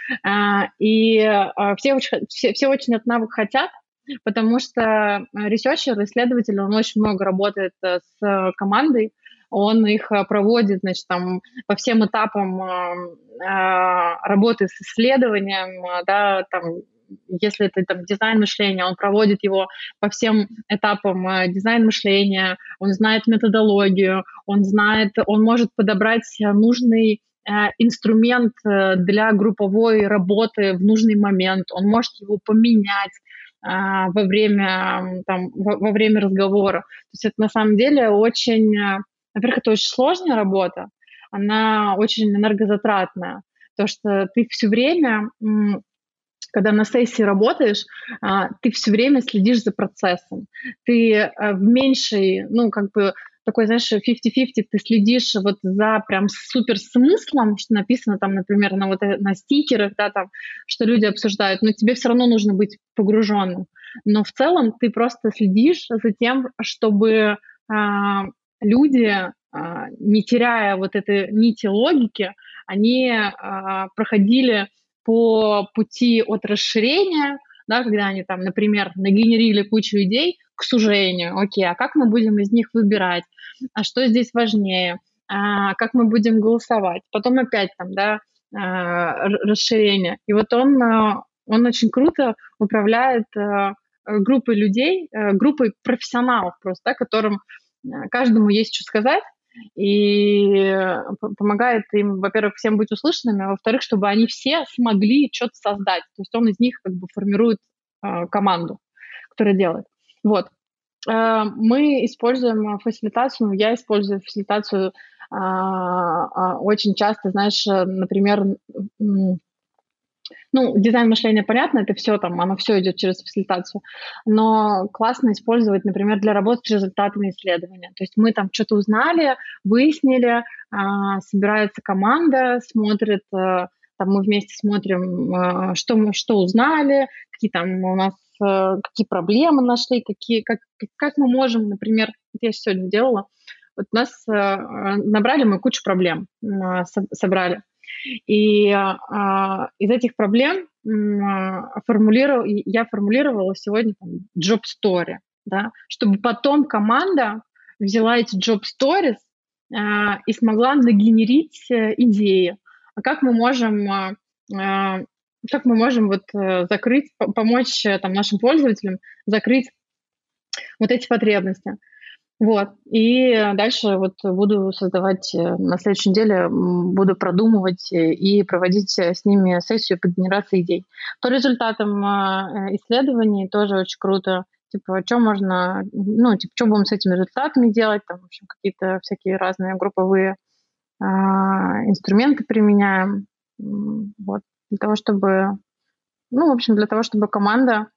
Speaker 1: И все очень, все, все очень этот навык хотят, потому что ресерчер, исследователь, он очень много работает с командой, он их проводит, значит, там, по всем этапам работы с исследованием, да, там, если это там, дизайн мышления, он проводит его по всем этапам дизайн мышления, он знает методологию, он знает, он может подобрать нужный инструмент для групповой работы в нужный момент, он может его поменять во время, там, во, во время разговора. То есть это на самом деле очень, во-первых, это очень сложная работа, она очень энергозатратная, потому что ты все время, когда на сессии работаешь, ты все время следишь за процессом, ты в меньшей, ну, как бы, такой, знаешь, пятьдесят на пятьдесят, ты следишь вот за прям супер смыслом, что написано там, например, на, вот, на стикерах, да, там, что люди обсуждают, но тебе все равно нужно быть погруженным. Но в целом ты просто следишь за тем, чтобы а, люди, а, не теряя вот этой нити логики, они а, проходили по пути от расширения, да, когда они там, например, нагенерили кучу идей, к сужению. Окей, а как мы будем из них выбирать? А что здесь важнее? А как мы будем голосовать? Потом опять там, да, расширение. И вот он, он очень круто управляет группой людей, группой профессионалов просто, да, которым каждому есть что сказать, и помогает им, во-первых, всем быть услышанными, а во-вторых, чтобы они все смогли что-то создать. То есть он из них как бы формирует команду, которая делает. Вот. Мы используем фасилитацию, я использую фасилитацию очень часто, знаешь, например, ну, дизайн мышления, понятно, это все там, оно все идет через фасилитацию, но классно использовать, например, для работы с результатами исследования. То есть мы там что-то узнали, выяснили, собирается команда, смотрит, там мы вместе смотрим, что мы что узнали, какие там у нас какие проблемы нашли, какие, как, как мы можем, например, я сегодня делала, вот нас э, набрали мы кучу проблем, э, со- собрали. И а, из этих проблем м, формулиров- и я формулировала сегодня там, job story, да, чтобы потом команда взяла эти job stories а, и смогла нагенерить э, идеи. А как мы можем, а, а, как мы можем вот э, закрыть, по- помочь э, там, нашим пользователям закрыть вот эти потребности. Вот. И дальше вот буду создавать э, на следующей неделе, м, буду продумывать э, и проводить э, с ними сессию по генерации идей. По результатам а, э, исследований тоже очень круто. Типа, что можно, ну, типа, что будем с этими результатами делать, там, в общем, какие-то всякие разные групповые а, инструменты применяем. М, Вот. Для того, чтобы, ну, в общем, для того, чтобы команда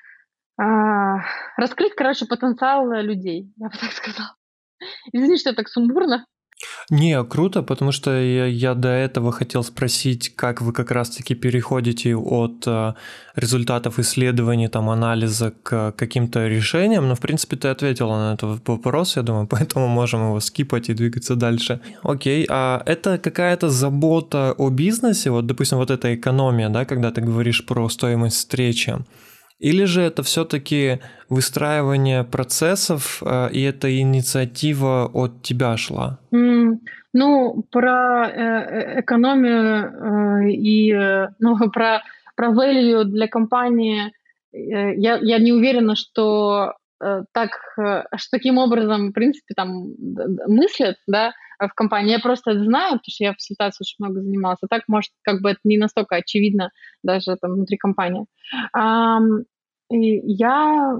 Speaker 1: а, раскрыть, короче, потенциал э, людей, я бы так сказала. Извини, что я так сумбурно.
Speaker 2: Не, круто, потому что я, я до этого хотел спросить, как вы как раз-таки переходите от э, результатов исследований, там, анализа к каким-то решениям, но, в принципе, ты ответила на этот вопрос, я думаю, поэтому можем его скипать и двигаться дальше. Окей, а это какая-то забота о бизнесе, вот, допустим, вот эта экономия, да, когда ты говоришь про стоимость встречи, или же это все-таки выстраивание процессов, э, и эта инициатива от тебя шла?
Speaker 1: М, ну, про, э, э, экономию, э, и, э, ну, про про value для компании, э, я я не уверена, что, э, так, э, что таким образом, в принципе, там д д мыслят, да, э, в компании. Я просто это знаю, потому что я фасилитацией очень много занималась. А так, может, как бы это не настолько очевидно даже там внутри компании. Ам, и я,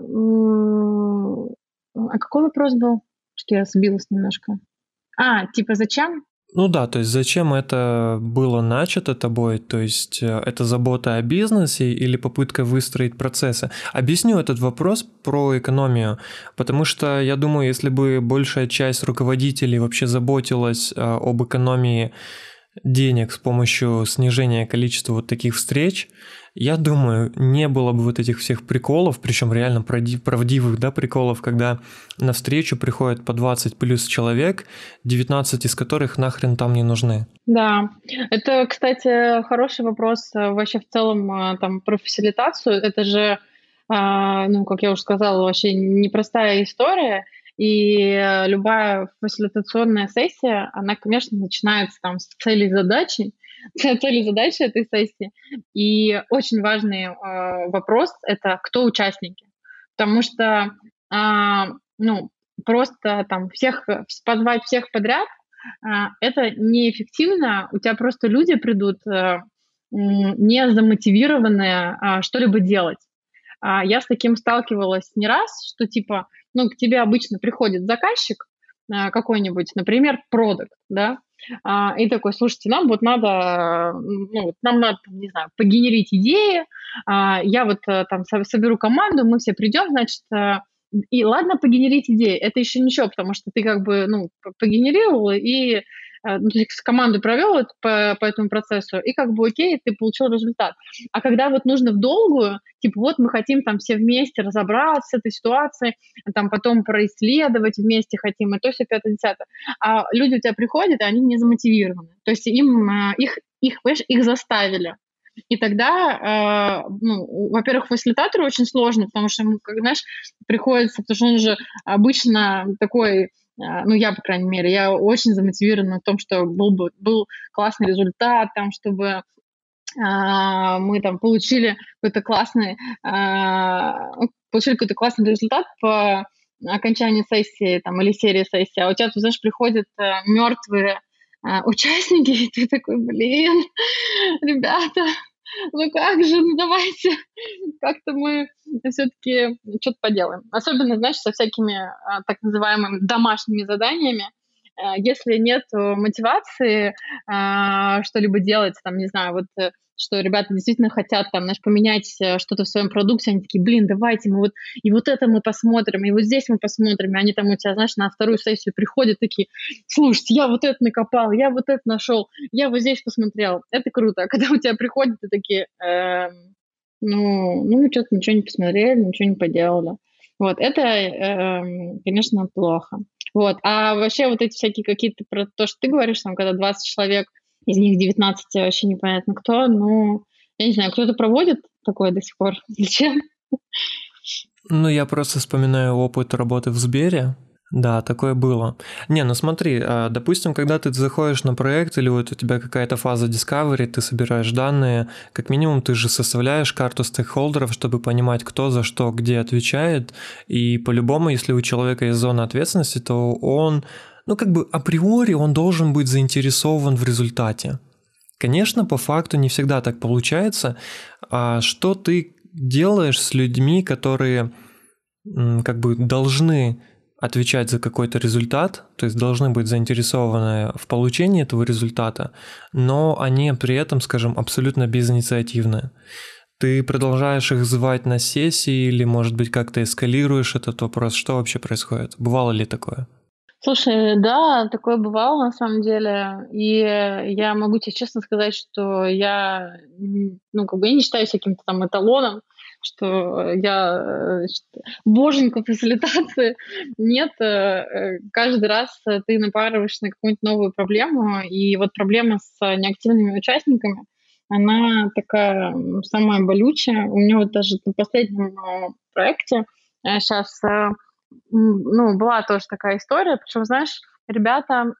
Speaker 1: м, а какой вопрос был? Что я сбилась немножко. А, типа зачем?
Speaker 2: Ну да, то есть зачем это было начато тобой, то есть э, это забота о бизнесе или попытка выстроить процессы? Объясню этот вопрос про экономию, потому что я думаю, если бы большая часть руководителей вообще заботилась э, об экономии денег с помощью снижения количества вот таких встреч, я думаю, не было бы вот этих всех приколов, причем реально правди- правдивых, да, приколов, когда на встречу приходит по двадцать плюс человек, девятнадцать из которых нахрен там не нужны.
Speaker 1: Да, это, кстати, хороший вопрос э, вообще в целом а, там про фасилитацию. Это же, а, ну, как я уже сказала, вообще непростая история. И э, любая фасилитационная сессия, она, конечно, начинается там с целей и задачи, цели и задачи этой сессии. И очень важный а, вопрос — это кто участники. Потому что, а, ну, просто там всех, э, позвать всех подряд а, это неэффективно. У тебя просто люди придут, э, м, не замотивированные, а, что-либо делать. А, я с таким сталкивалась не раз, что типа, ну, к тебе обычно приходит заказчик, а, какой-нибудь, например, продукт, да, а, и такой: "Слушайте, нам вот надо, м, ну, вот нам надо, там, не знаю, погенерить идеи, а, я вот, э, там со соберу команду, мы все придем, значит, э, и ладно погенерить идеи, это еще ничего, потому что ты как бы, ну, п погенерировал и, э, ну, ты с командой провел это по по этому процессу, и как бы окей, ты получил результат. А когда вот нужно в долгую, типа вот мы хотим там все вместе разобраться с этой ситуацией, там потом происследовать вместе хотим, и то всё, пятое, десятое. А люди у тебя приходят, и они не замотивированы. То есть им, а, их их, понимаешь, их заставили. И тогда, э, ну, во-первых, фасилитатору очень сложно, потому что ему, как знаешь, приходится, потому что он же обычно такой, а, ну, я, по крайней мере, я очень замотивирована в том, что был бы был классный результат, там, чтобы а, мы там получили какой-то классный, а, ну, получили какой-то классный результат по окончании сессии там или серии сессий, а у тебя тут, знаешь, приходят э, мертвые а, участники, и ты такой: блин, ребята, ну как же, ну давайте как-то мы все-таки что-то поделаем. Особенно, знаешь, со всякими а, так называемыми домашними заданиями. А, Если нет э, мотивации а, что-либо делать, там, не знаю, вот э, что ребята действительно хотят там, знаешь, поменять э, что-то в своем продукте, они такие: блин, давайте мы вот и вот это мы посмотрим, и вот здесь мы посмотрим, и они там у тебя, знаешь, на вторую сессию приходят такие: слушайте, я вот это накопал, я вот это нашел, я вот здесь посмотрел. Это круто. А когда у тебя приходят и такие, эм, ну, ну, мы что-то ничего не посмотрели, ничего не поделали. Вот, это, эм, конечно, плохо. Вот. А вообще вот эти всякие какие-то, про то, что ты говоришь, там, когда двадцать человек, из них девятнадцать вообще непонятно кто, ну, я не знаю, кто-то проводит такое до сих пор? Зачем?
Speaker 2: Ну, я просто вспоминаю опыт работы в Сбере. Да, такое было. Не, ну смотри, допустим, когда ты заходишь на проект или вот у тебя какая-то фаза discovery, ты собираешь данные, как минимум ты же составляешь карту стейкхолдеров, чтобы понимать, кто за что, где отвечает, и по-любому, если у человека есть зона ответственности, то он, ну как бы априори он должен быть заинтересован в результате. Конечно, по факту не всегда так получается. А что ты делаешь с людьми, которые как бы должны отвечать за какой-то результат, то есть должны быть заинтересованы в получении этого результата, но они при этом, скажем, абсолютно безинициативны. Ты продолжаешь их звать на сессии или, может быть, как-то эскалируешь этот вопрос? Что вообще происходит? Бывало ли такое?
Speaker 1: Слушай, да, такое бывало на самом деле. И я могу тебе честно сказать, что я, ну, как бы я не считаюсь каким-то там эталоном, что я боженька фасилитации. Нет, каждый раз ты напарываешься на какую-нибудь новую проблему, и вот проблема с неактивными участниками, она такая самая болючая. У меня вот даже на последнем проекте сейчас, ну, была тоже такая история, причем, знаешь, ребята,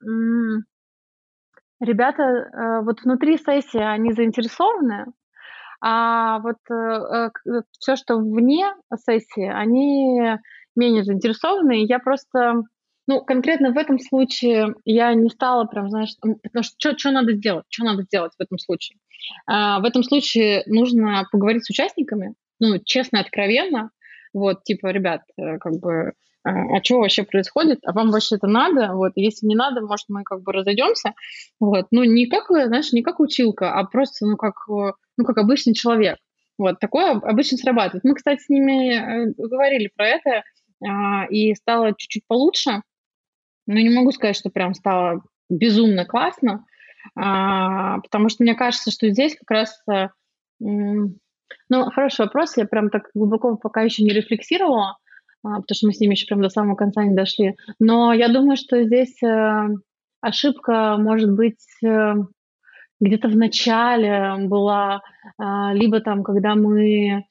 Speaker 1: ребята вот внутри сессии, они заинтересованы, а вот все, что вне сессии, они менее заинтересованы. И я просто, ну, конкретно в этом случае я не стала прям, знаешь, потому что что надо сделать, что надо сделать в этом случае? В этом случае нужно поговорить с участниками, ну, честно, откровенно, вот, типа, ребят, как бы, а что вообще происходит, а вам вообще это надо, вот, если не надо, может, мы как бы разойдемся, вот, ну, не как, знаешь, не как училка, а просто, ну, как, ну, как обычный человек, вот, такое обычно срабатывает. Мы, кстати, с ними говорили про это, и стало чуть-чуть получше, но не могу сказать, что прям стало безумно классно, потому что мне кажется, что здесь как раз, ну, хороший вопрос, я прям так глубоко пока еще не рефлексировала, потому что мы с ними еще прям до самого конца не дошли. Но я думаю, что здесь ошибка может быть где-то в начале была, либо там, когда мы,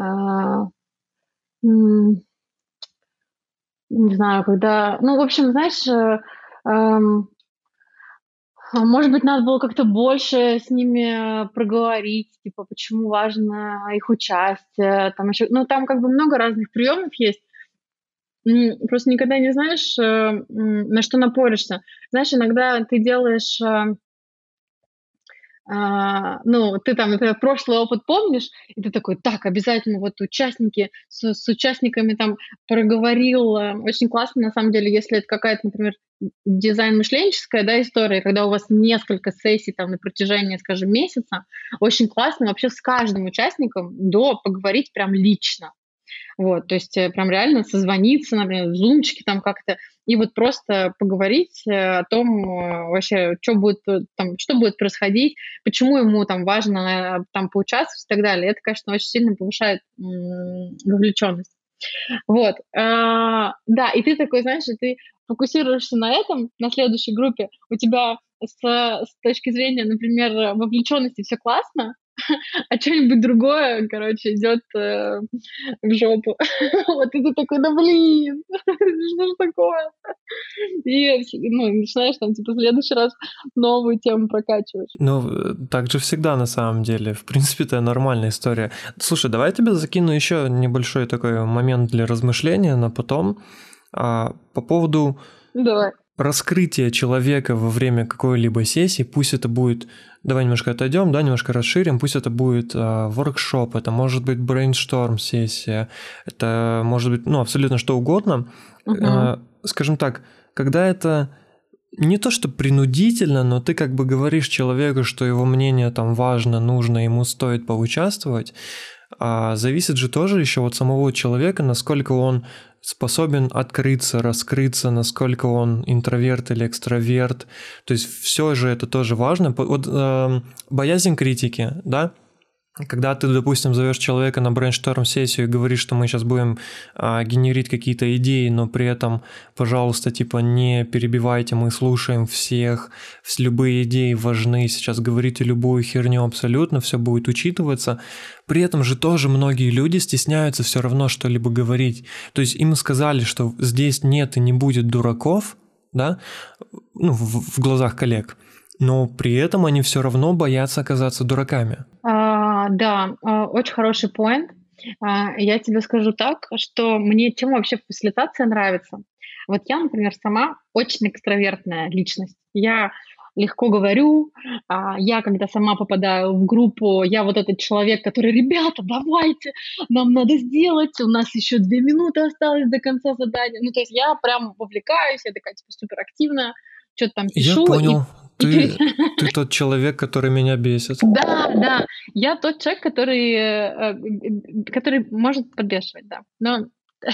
Speaker 1: не знаю, когда, ну, в общем, знаешь, может быть, надо было как-то больше с ними проговорить, типа, почему важно их участие, там еще, ну, там как бы много разных приемов есть. Просто никогда не знаешь, на что напоришься. Знаешь, иногда ты делаешь, ну, ты там, например, прошлый опыт помнишь, и ты такой, так, обязательно вот участники, с, с участниками там проговорил. Очень классно, на самом деле, если это какая-то, например, дизайн-мышленческая, да, история, когда у вас несколько сессий там на протяжении, скажем, месяца, очень классно вообще с каждым участником до поговорить прям лично. Вот, то есть прям реально созвониться, например, в зумчике там как-то, и вот просто поговорить о том вообще, что будет, там, что будет происходить, почему ему там важно там поучаствовать и так далее. Это, конечно, очень сильно повышает м- вовлеченность. Вот, а, да, и ты такой, знаешь, ты фокусируешься на этом, на следующей группе, у тебя с, с точки зрения, например, вовлеченности все классно, а что-нибудь другое, короче, идет э, в жопу. Вот и ты такой, да блин, что ж такое? И ну, начинаешь там, типа, в следующий раз новую тему прокачиваешь.
Speaker 2: Ну, так же всегда на самом деле. В принципе, это нормальная история. Слушай, давай я тебе закину еще небольшой такой момент для размышления на потом. А, по поводу
Speaker 1: Давай.
Speaker 2: раскрытия человека во время какой-либо сессии, пусть это будет, давай немножко отойдем, да, немножко расширим, пусть это будет воркшоп, это может быть брейншторм сессия, это может быть, ну, абсолютно что угодно. Uh-huh. Скажем так, когда это не то что принудительно, но ты как бы говоришь человеку, что его мнение там важно, нужно, ему стоит поучаствовать, а зависит же тоже еще от самого человека, насколько он способен открыться, раскрыться, насколько он интроверт или экстраверт. То есть все же это тоже важно. Вот э, боязнь критики, да? Когда ты, допустим, зовешь человека на брейншторм-сессию и говоришь, что мы сейчас будем а, генерить какие-то идеи, но при этом, пожалуйста, типа не перебивайте, мы слушаем всех, любые идеи важны, сейчас говорите любую херню абсолютно, все будет учитываться. При этом же тоже многие люди стесняются все равно что-либо говорить. То есть им сказали, что здесь нет и не будет дураков, да, ну, в, в глазах коллег, но при этом они все равно боятся оказаться дураками.
Speaker 1: А, да, а, очень хороший поинт. А, я тебе скажу так, что мне чем вообще фасилитация нравится. Вот я, например, сама очень экстравертная личность. Я легко говорю, а, я когда сама попадаю в группу, я вот этот человек, который, ребята, давайте, нам надо сделать, у нас еще две минуты осталось до конца задания. Ну, то есть я прям вовлекаюсь, я такая, типа, суперактивная, что-то там
Speaker 2: Я
Speaker 1: пишу.
Speaker 2: понял.
Speaker 1: И
Speaker 2: Ты, ты тот человек, который меня бесит.
Speaker 1: Да, да, я тот человек, который, э, э, который может подбешивать, да. Но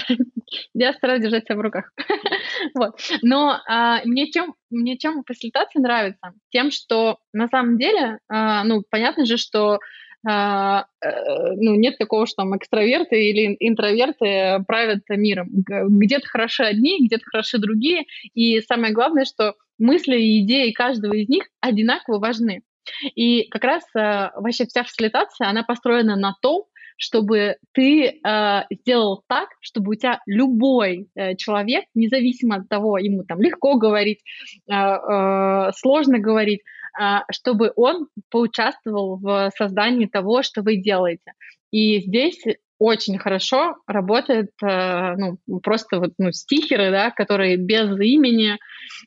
Speaker 1: я стараюсь держать себя в руках. Вот. Но а, мне чем мне чем фасилитация нравится? Тем, что на самом деле, а, ну, понятно же, что а, э, ну, нет такого, что там экстраверты или интроверты правят миром. Г- Где-то хороши одни, где-то хороши другие. И самое главное, что мысли и идеи каждого из них одинаково важны. И как раз э, вообще вся фасилитация, она построена на том, чтобы ты э, сделал так, чтобы у тебя любой э, человек, независимо от того, ему там легко говорить, э, э, сложно говорить, э, чтобы он поучаствовал в создании того, что вы делаете. И здесь очень хорошо работает э, ну, просто вот, ну, стикеры, да, которые без имени,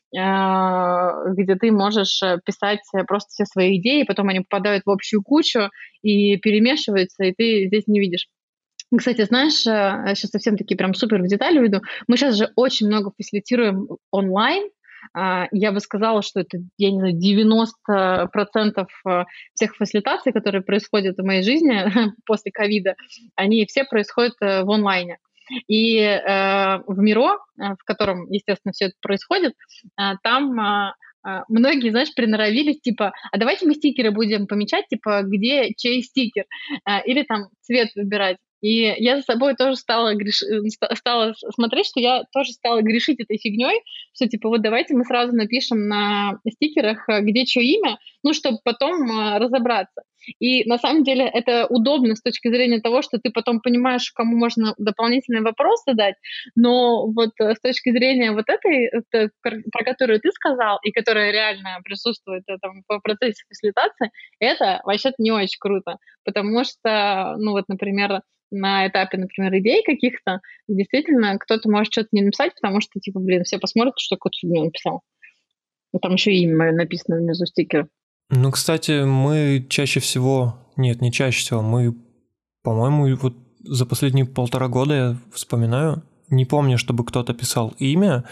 Speaker 1: э, где ты можешь э, писать э, просто все свои идеи, потом они попадают в общую кучу и перемешиваются, и ты здесь не видишь. Кстати, знаешь, сейчас совсем такие прям супер в детали уйду. Мы сейчас же очень много фасилитируем онлайн. А, Я бы сказала, что это, я не знаю, девяносто процентов э, всех фасилитаций, которые происходят в моей жизни после ковида, они все происходят э, в онлайне. И э, в Миро, э, в котором, естественно, все это происходит, э, там э, э, многие, знаешь, приноровились, типа, а давайте мы стикеры будем помечать, типа, где чей стикер, э, или там цвет выбирать. И я за собой тоже стала, греш... э, ста- стала с- смотреть, что я тоже стала грешить этой фигней, что типа вот давайте мы сразу напишем на стикерах, э, где чье имя, ну, чтобы потом э, разобраться. И на самом деле это удобно с точки зрения того, что ты потом понимаешь, кому можно дополнительный вопрос задать, но вот э, с точки зрения вот этой, это, про про которую ты сказал, и которая реально присутствует э, там, в процессе фасилитации, это вообще-то не очень круто, потому что, ну вот, например, на этапе, например, идей каких-то, действительно, кто-то может что-то не написать, потому что, типа, блин, все посмотрят, что какую-то фигню написал. Ну, там еще имя мое написано внизу стикера.
Speaker 2: Ну, кстати, мы чаще всего... Нет, не чаще всего. Мы, по-моему, вот за последние полтора года, я вспоминаю, не помню, чтобы кто-то писал имя.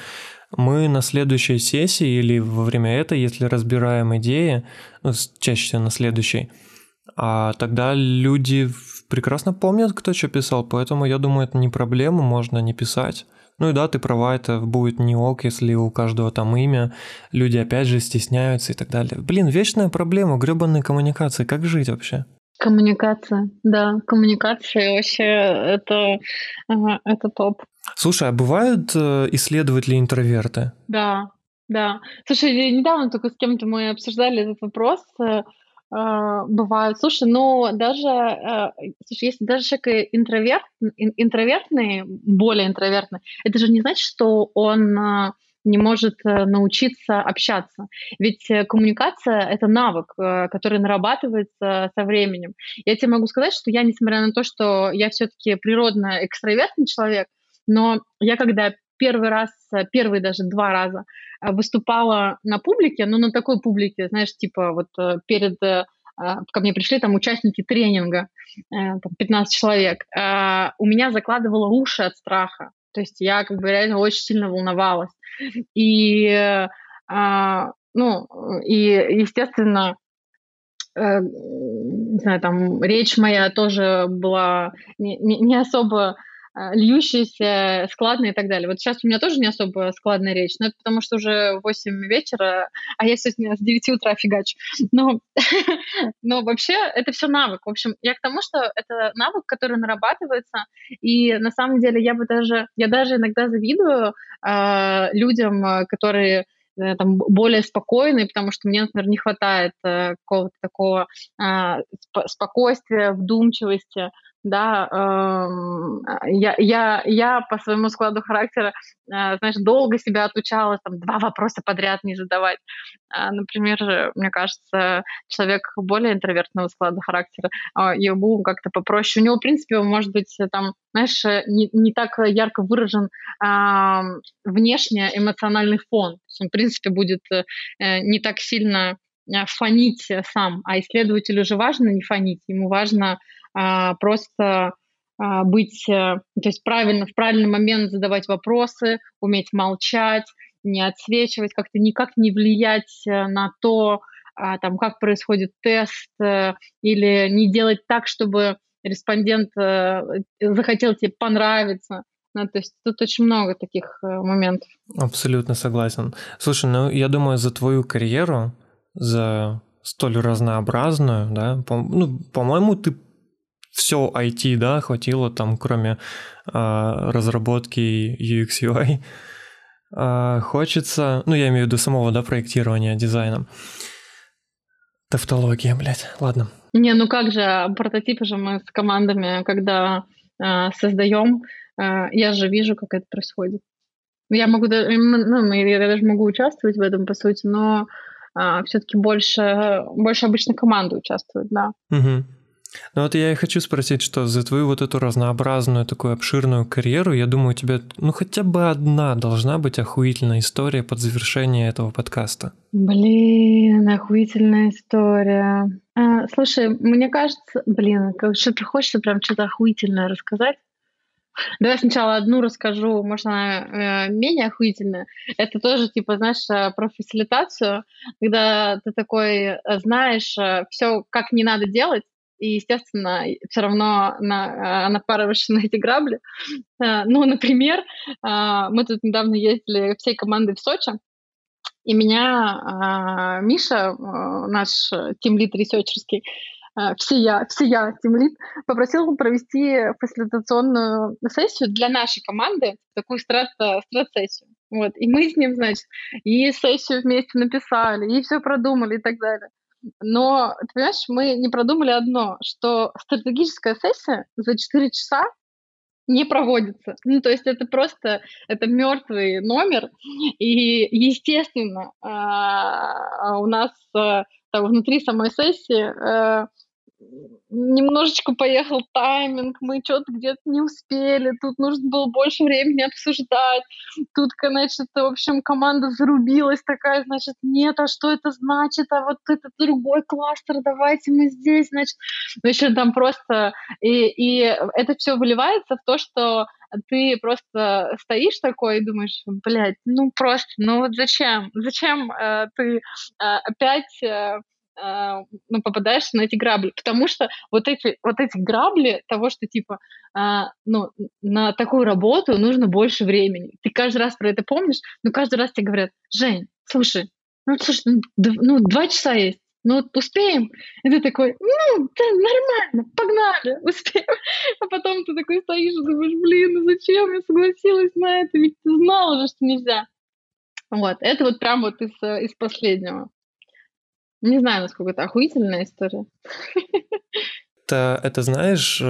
Speaker 2: Мы на следующей сессии или во время этой, если разбираем идеи, ну, с- чаще всего на следующей, а тогда люди в- прекрасно помнят, кто что писал, поэтому я думаю, это не проблема, можно не писать. Ну и да, ты права, это будет не ок, если у каждого там имя, люди опять же стесняются и так далее. Блин, вечная проблема гребаной коммуникации, как жить вообще?
Speaker 1: Коммуникация, да, коммуникация вообще это, ага, это топ.
Speaker 2: Слушай, а бывают э, исследователи-интроверты?
Speaker 1: Да, да. Слушай, я недавно только с кем-то мы обсуждали этот вопрос. э, а, Бывают. Слушай, ну даже, э, слушай, если даже человек и интроверт, ин- интровертный, более интровертный, это же не значит, что он а, не может э, научиться общаться. Ведь э, коммуникация — это навык, э, который нарабатывается со временем. Я тебе могу сказать, что я, несмотря на то, что я все-таки природно экстравертный человек, но я когда первый раз, э, первые даже два раза э, выступала на публике, ну, на такой публике, знаешь, типа вот э, перед э, а, ко мне пришли там участники тренинга, э, там пятнадцать человек, а, у меня закладывало уши от страха. То есть я как бы реально очень сильно волновалась. И, э, а, ну, и, естественно, э, не знаю, там речь моя тоже была не, не- не особо льющаяся, складная и так далее. Вот сейчас у меня тоже не особо складная речь, но это потому что уже восемь вечера, а я сегодня с девяти утра фигачу. Но, но вообще это все навык. В общем, я к тому, что это навык, который нарабатывается, и на самом деле я бы даже, я даже иногда завидую э, людям, которые там более спокойные, потому что мне, например, не хватает э, какого-то такого э, сп- спокойствия, вдумчивости, да, эм, я, я, я по своему складу характера, э, знаешь, долго себя отучала, там, два вопроса подряд не задавать. А, например, мне кажется, человек более интровертного склада характера, э, ему как-то попроще. У него, в принципе, может быть, там, знаешь, не, не так ярко выражен э, внешне эмоциональный фон. То есть он, в принципе, будет э, не так сильно фонить сам, а исследователю же важно не фонить, ему важно а, просто а, быть, а, то есть правильно, в правильный момент задавать вопросы, уметь молчать, не отсвечивать, как-то никак не влиять на то, а, там, как происходит тест, а, или не делать так, чтобы респондент а, захотел тебе понравиться. Ну, то есть тут очень много таких а, моментов.
Speaker 2: Абсолютно согласен. Слушай, ну я думаю, за твою карьеру, за столь разнообразную, да, по, ну, по-моему, ты все ай ти, да, охватило там, кроме а, разработки ю экс ю ай. А, хочется, ну, я имею в виду самого, да, проектирования, дизайна. Тавтология, блядь, ладно.
Speaker 1: Не, ну как же, прототипы же мы с командами, когда э, создаем, э, я же вижу, как это происходит. Я могу, ну, я даже могу участвовать в этом, по сути, но э, все-таки больше, больше обычно команда участвует, да.
Speaker 2: Угу. Ну вот я и хочу спросить, что за твою вот эту разнообразную, такую обширную карьеру, я думаю, у тебя, ну, хотя бы одна должна быть охуительная история под завершение этого подкаста.
Speaker 1: Блин, охуительная история. А, слушай, мне кажется, блин, как что-то хочется прям что-то охуительное рассказать. Давай сначала одну расскажу, может, она э, менее охуительная. Это тоже, типа, знаешь, про фасилитацию, когда ты такой знаешь все, как не надо делать, и, естественно, все равно на, напарываешься на эти грабли. Ну, например, мы тут недавно ездили всей командой в Сочи, и меня Миша, наш тимлид ресерчерский, всея, всея тимлид, попросил провести фасилитационную сессию для нашей команды, такую страт-сессию. Вот. И мы с ним, значит, и сессию вместе написали, и все продумали и так далее. Но, ты понимаешь, мы не продумали одно, что стратегическая сессия за четыре часа не проводится. Ну, то есть это просто, это мертвый номер. И, естественно, у нас там, внутри самой сессии немножечко поехал тайминг, мы что-то где-то не успели, тут нужно было больше времени обсуждать, тут, значит, в общем, команда зарубилась такая, значит, нет, а что это значит, а вот это другой кластер, давайте мы здесь, значит, в общем, там просто, и, и это все выливается в то, что ты просто стоишь такой и думаешь, блядь, ну просто, ну вот зачем, зачем э, ты э, опять... Э, ну, попадаешь на эти грабли, потому что вот эти, вот эти грабли того, что типа, а, ну, на такую работу нужно больше времени. Ты каждый раз про это помнишь, но каждый раз тебе говорят, Жень, слушай, ну, слушай, ну, д- ну два часа есть, ну, вот успеем? И ты такой, ну, да, нормально, погнали, успеем. А потом ты такой стоишь и думаешь, блин, ну зачем я согласилась на это, ведь ты знала же, что нельзя. Вот, это вот прям вот из, из последнего. Не знаю, насколько это охуительная история.
Speaker 2: Это, это знаешь,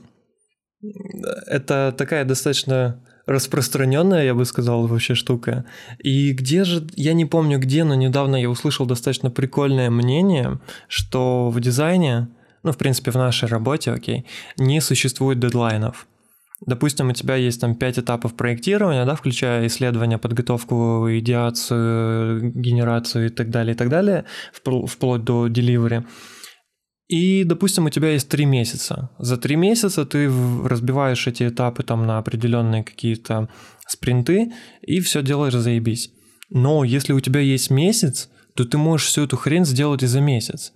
Speaker 2: это такая достаточно распространенная, я бы сказал, вообще штука. И где же, я не помню где, но недавно я услышал достаточно прикольное мнение, что в дизайне, ну, в принципе, в нашей работе, окей, не существует дедлайнов. Допустим, у тебя есть там пять этапов проектирования, да, включая исследование, подготовку, идеацию, генерацию и так далее, и так далее, вплоть до delivery. И, допустим, у тебя есть три месяца. За три месяца ты разбиваешь эти этапы там на определенные какие-то спринты и все делаешь заебись. Но если у тебя есть месяц, то ты можешь всю эту хрень сделать и за месяц.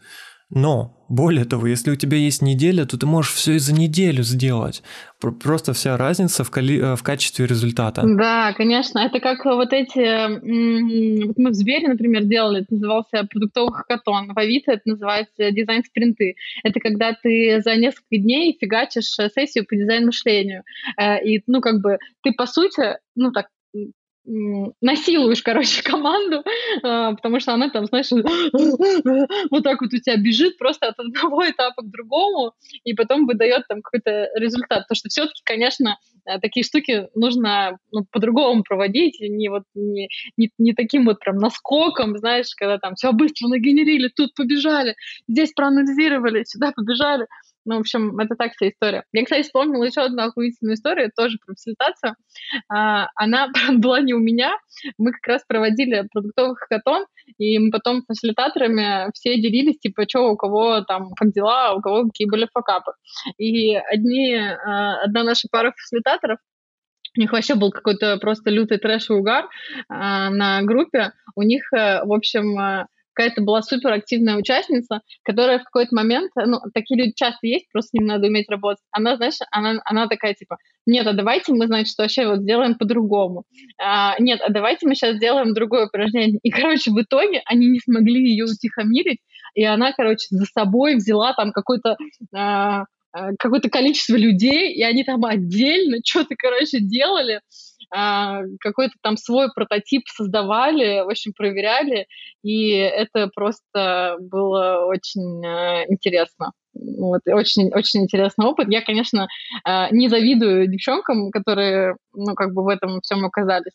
Speaker 2: Но, более того, если у тебя есть неделя, то ты можешь все и за неделю сделать. Просто вся разница в, коли... в качестве результата.
Speaker 1: Да, конечно. Это как вот эти... Вот мы в Сбере, например, делали, это назывался продуктовый хакатон. В Авито это называется дизайн-спринты. Это когда ты за несколько дней фигачишь сессию по дизайн-мышлению. И, ну, как бы, ты, по сути, ну, так, насилуешь, короче, команду, потому что она там, знаешь, вот так вот у тебя бежит просто от одного этапа к другому, и потом выдает там какой-то результат. Потому что все-таки, конечно, такие штуки нужно, ну, по-другому проводить, не вот не, не, не таким вот прям наскоком, знаешь, когда там все быстро нагенерили, тут побежали, здесь проанализировали, сюда побежали. Ну, в общем, это так вся история. Я, кстати, вспомнила еще одну охуительную историю, тоже про фасилитацию. Она была не у меня. Мы как раз проводили продуктовый хакатон, и мы потом фасилитаторами все делились, типа, что у кого там, как дела, у кого какие были факапы. И одни, одна наша пара фасилитаторов, у них вообще был какой-то просто лютый трэш и угар на группе. У них, в общем, какая-то была суперактивная участница, которая в какой-то момент, ну, такие люди часто есть, просто с ним надо уметь работать. Она, знаешь, она, она такая, типа, нет, а давайте мы, значит, вообще вот сделаем по-другому. А, нет, а давайте мы сейчас сделаем другое упражнение. И, короче, в итоге они не смогли ее утихомирить, и она, короче, за собой взяла там какой-то... А, какое-то количество людей, и они там отдельно что-то, короче, делали, какой-то там свой прототип создавали, в общем, проверяли, и это просто было очень интересно. Вот, очень, очень интересный опыт. Я, конечно, не завидую девчонкам, которые, ну, как бы в этом всем оказались.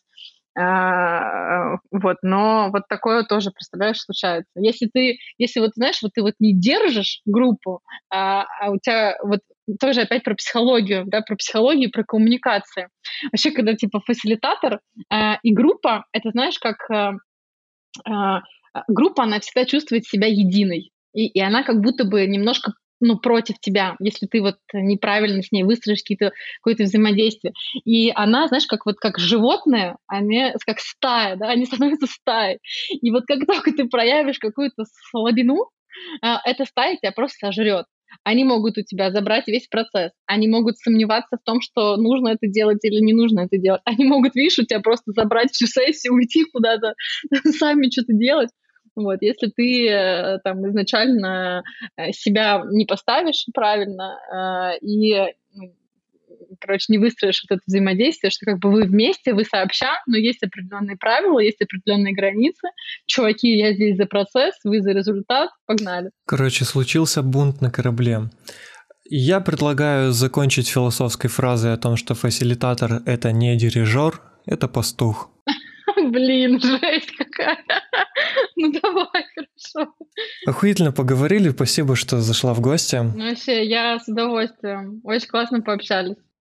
Speaker 1: Uh, вот, но вот такое тоже, представляешь, случается. Если ты, если вот, знаешь, вот ты вот не держишь группу, а, а у тебя вот тоже опять про психологию, да, про психологию, про коммуникацию. Вообще, когда типа фасилитатор а, и группа, это, знаешь, как а, а, группа, она всегда чувствует себя единой, и, и она как будто бы немножко, ну, против тебя, если ты вот неправильно с ней выстроишь какие-то, какое-то взаимодействие. И она, знаешь, как вот как животное, они как стая, да, они становятся стаей. И вот как только ты проявишь какую-то слабину, эта стая тебя просто сожрет. Они могут у тебя забрать весь процесс. Они могут сомневаться в том, что нужно это делать или не нужно это делать. Они могут, видишь, у тебя просто забрать всю сессию, уйти куда-то, сами что-то делать. Вот, если ты там изначально себя не поставишь правильно и, короче, не выстроишь вот это взаимодействие, что как бы вы вместе, вы сообща, но есть определенные правила, есть определенные границы. Чуваки, я здесь за процесс, вы за результат, погнали.
Speaker 2: Короче, случился бунт на корабле. Я предлагаю закончить философской фразой о том, что фасилитатор — это не дирижер, это пастух.
Speaker 1: Блин, жесть какая. Ну давай, хорошо.
Speaker 2: Охуительно поговорили, спасибо, что зашла в гости.
Speaker 1: Ну вообще, я с удовольствием. Очень классно пообщались.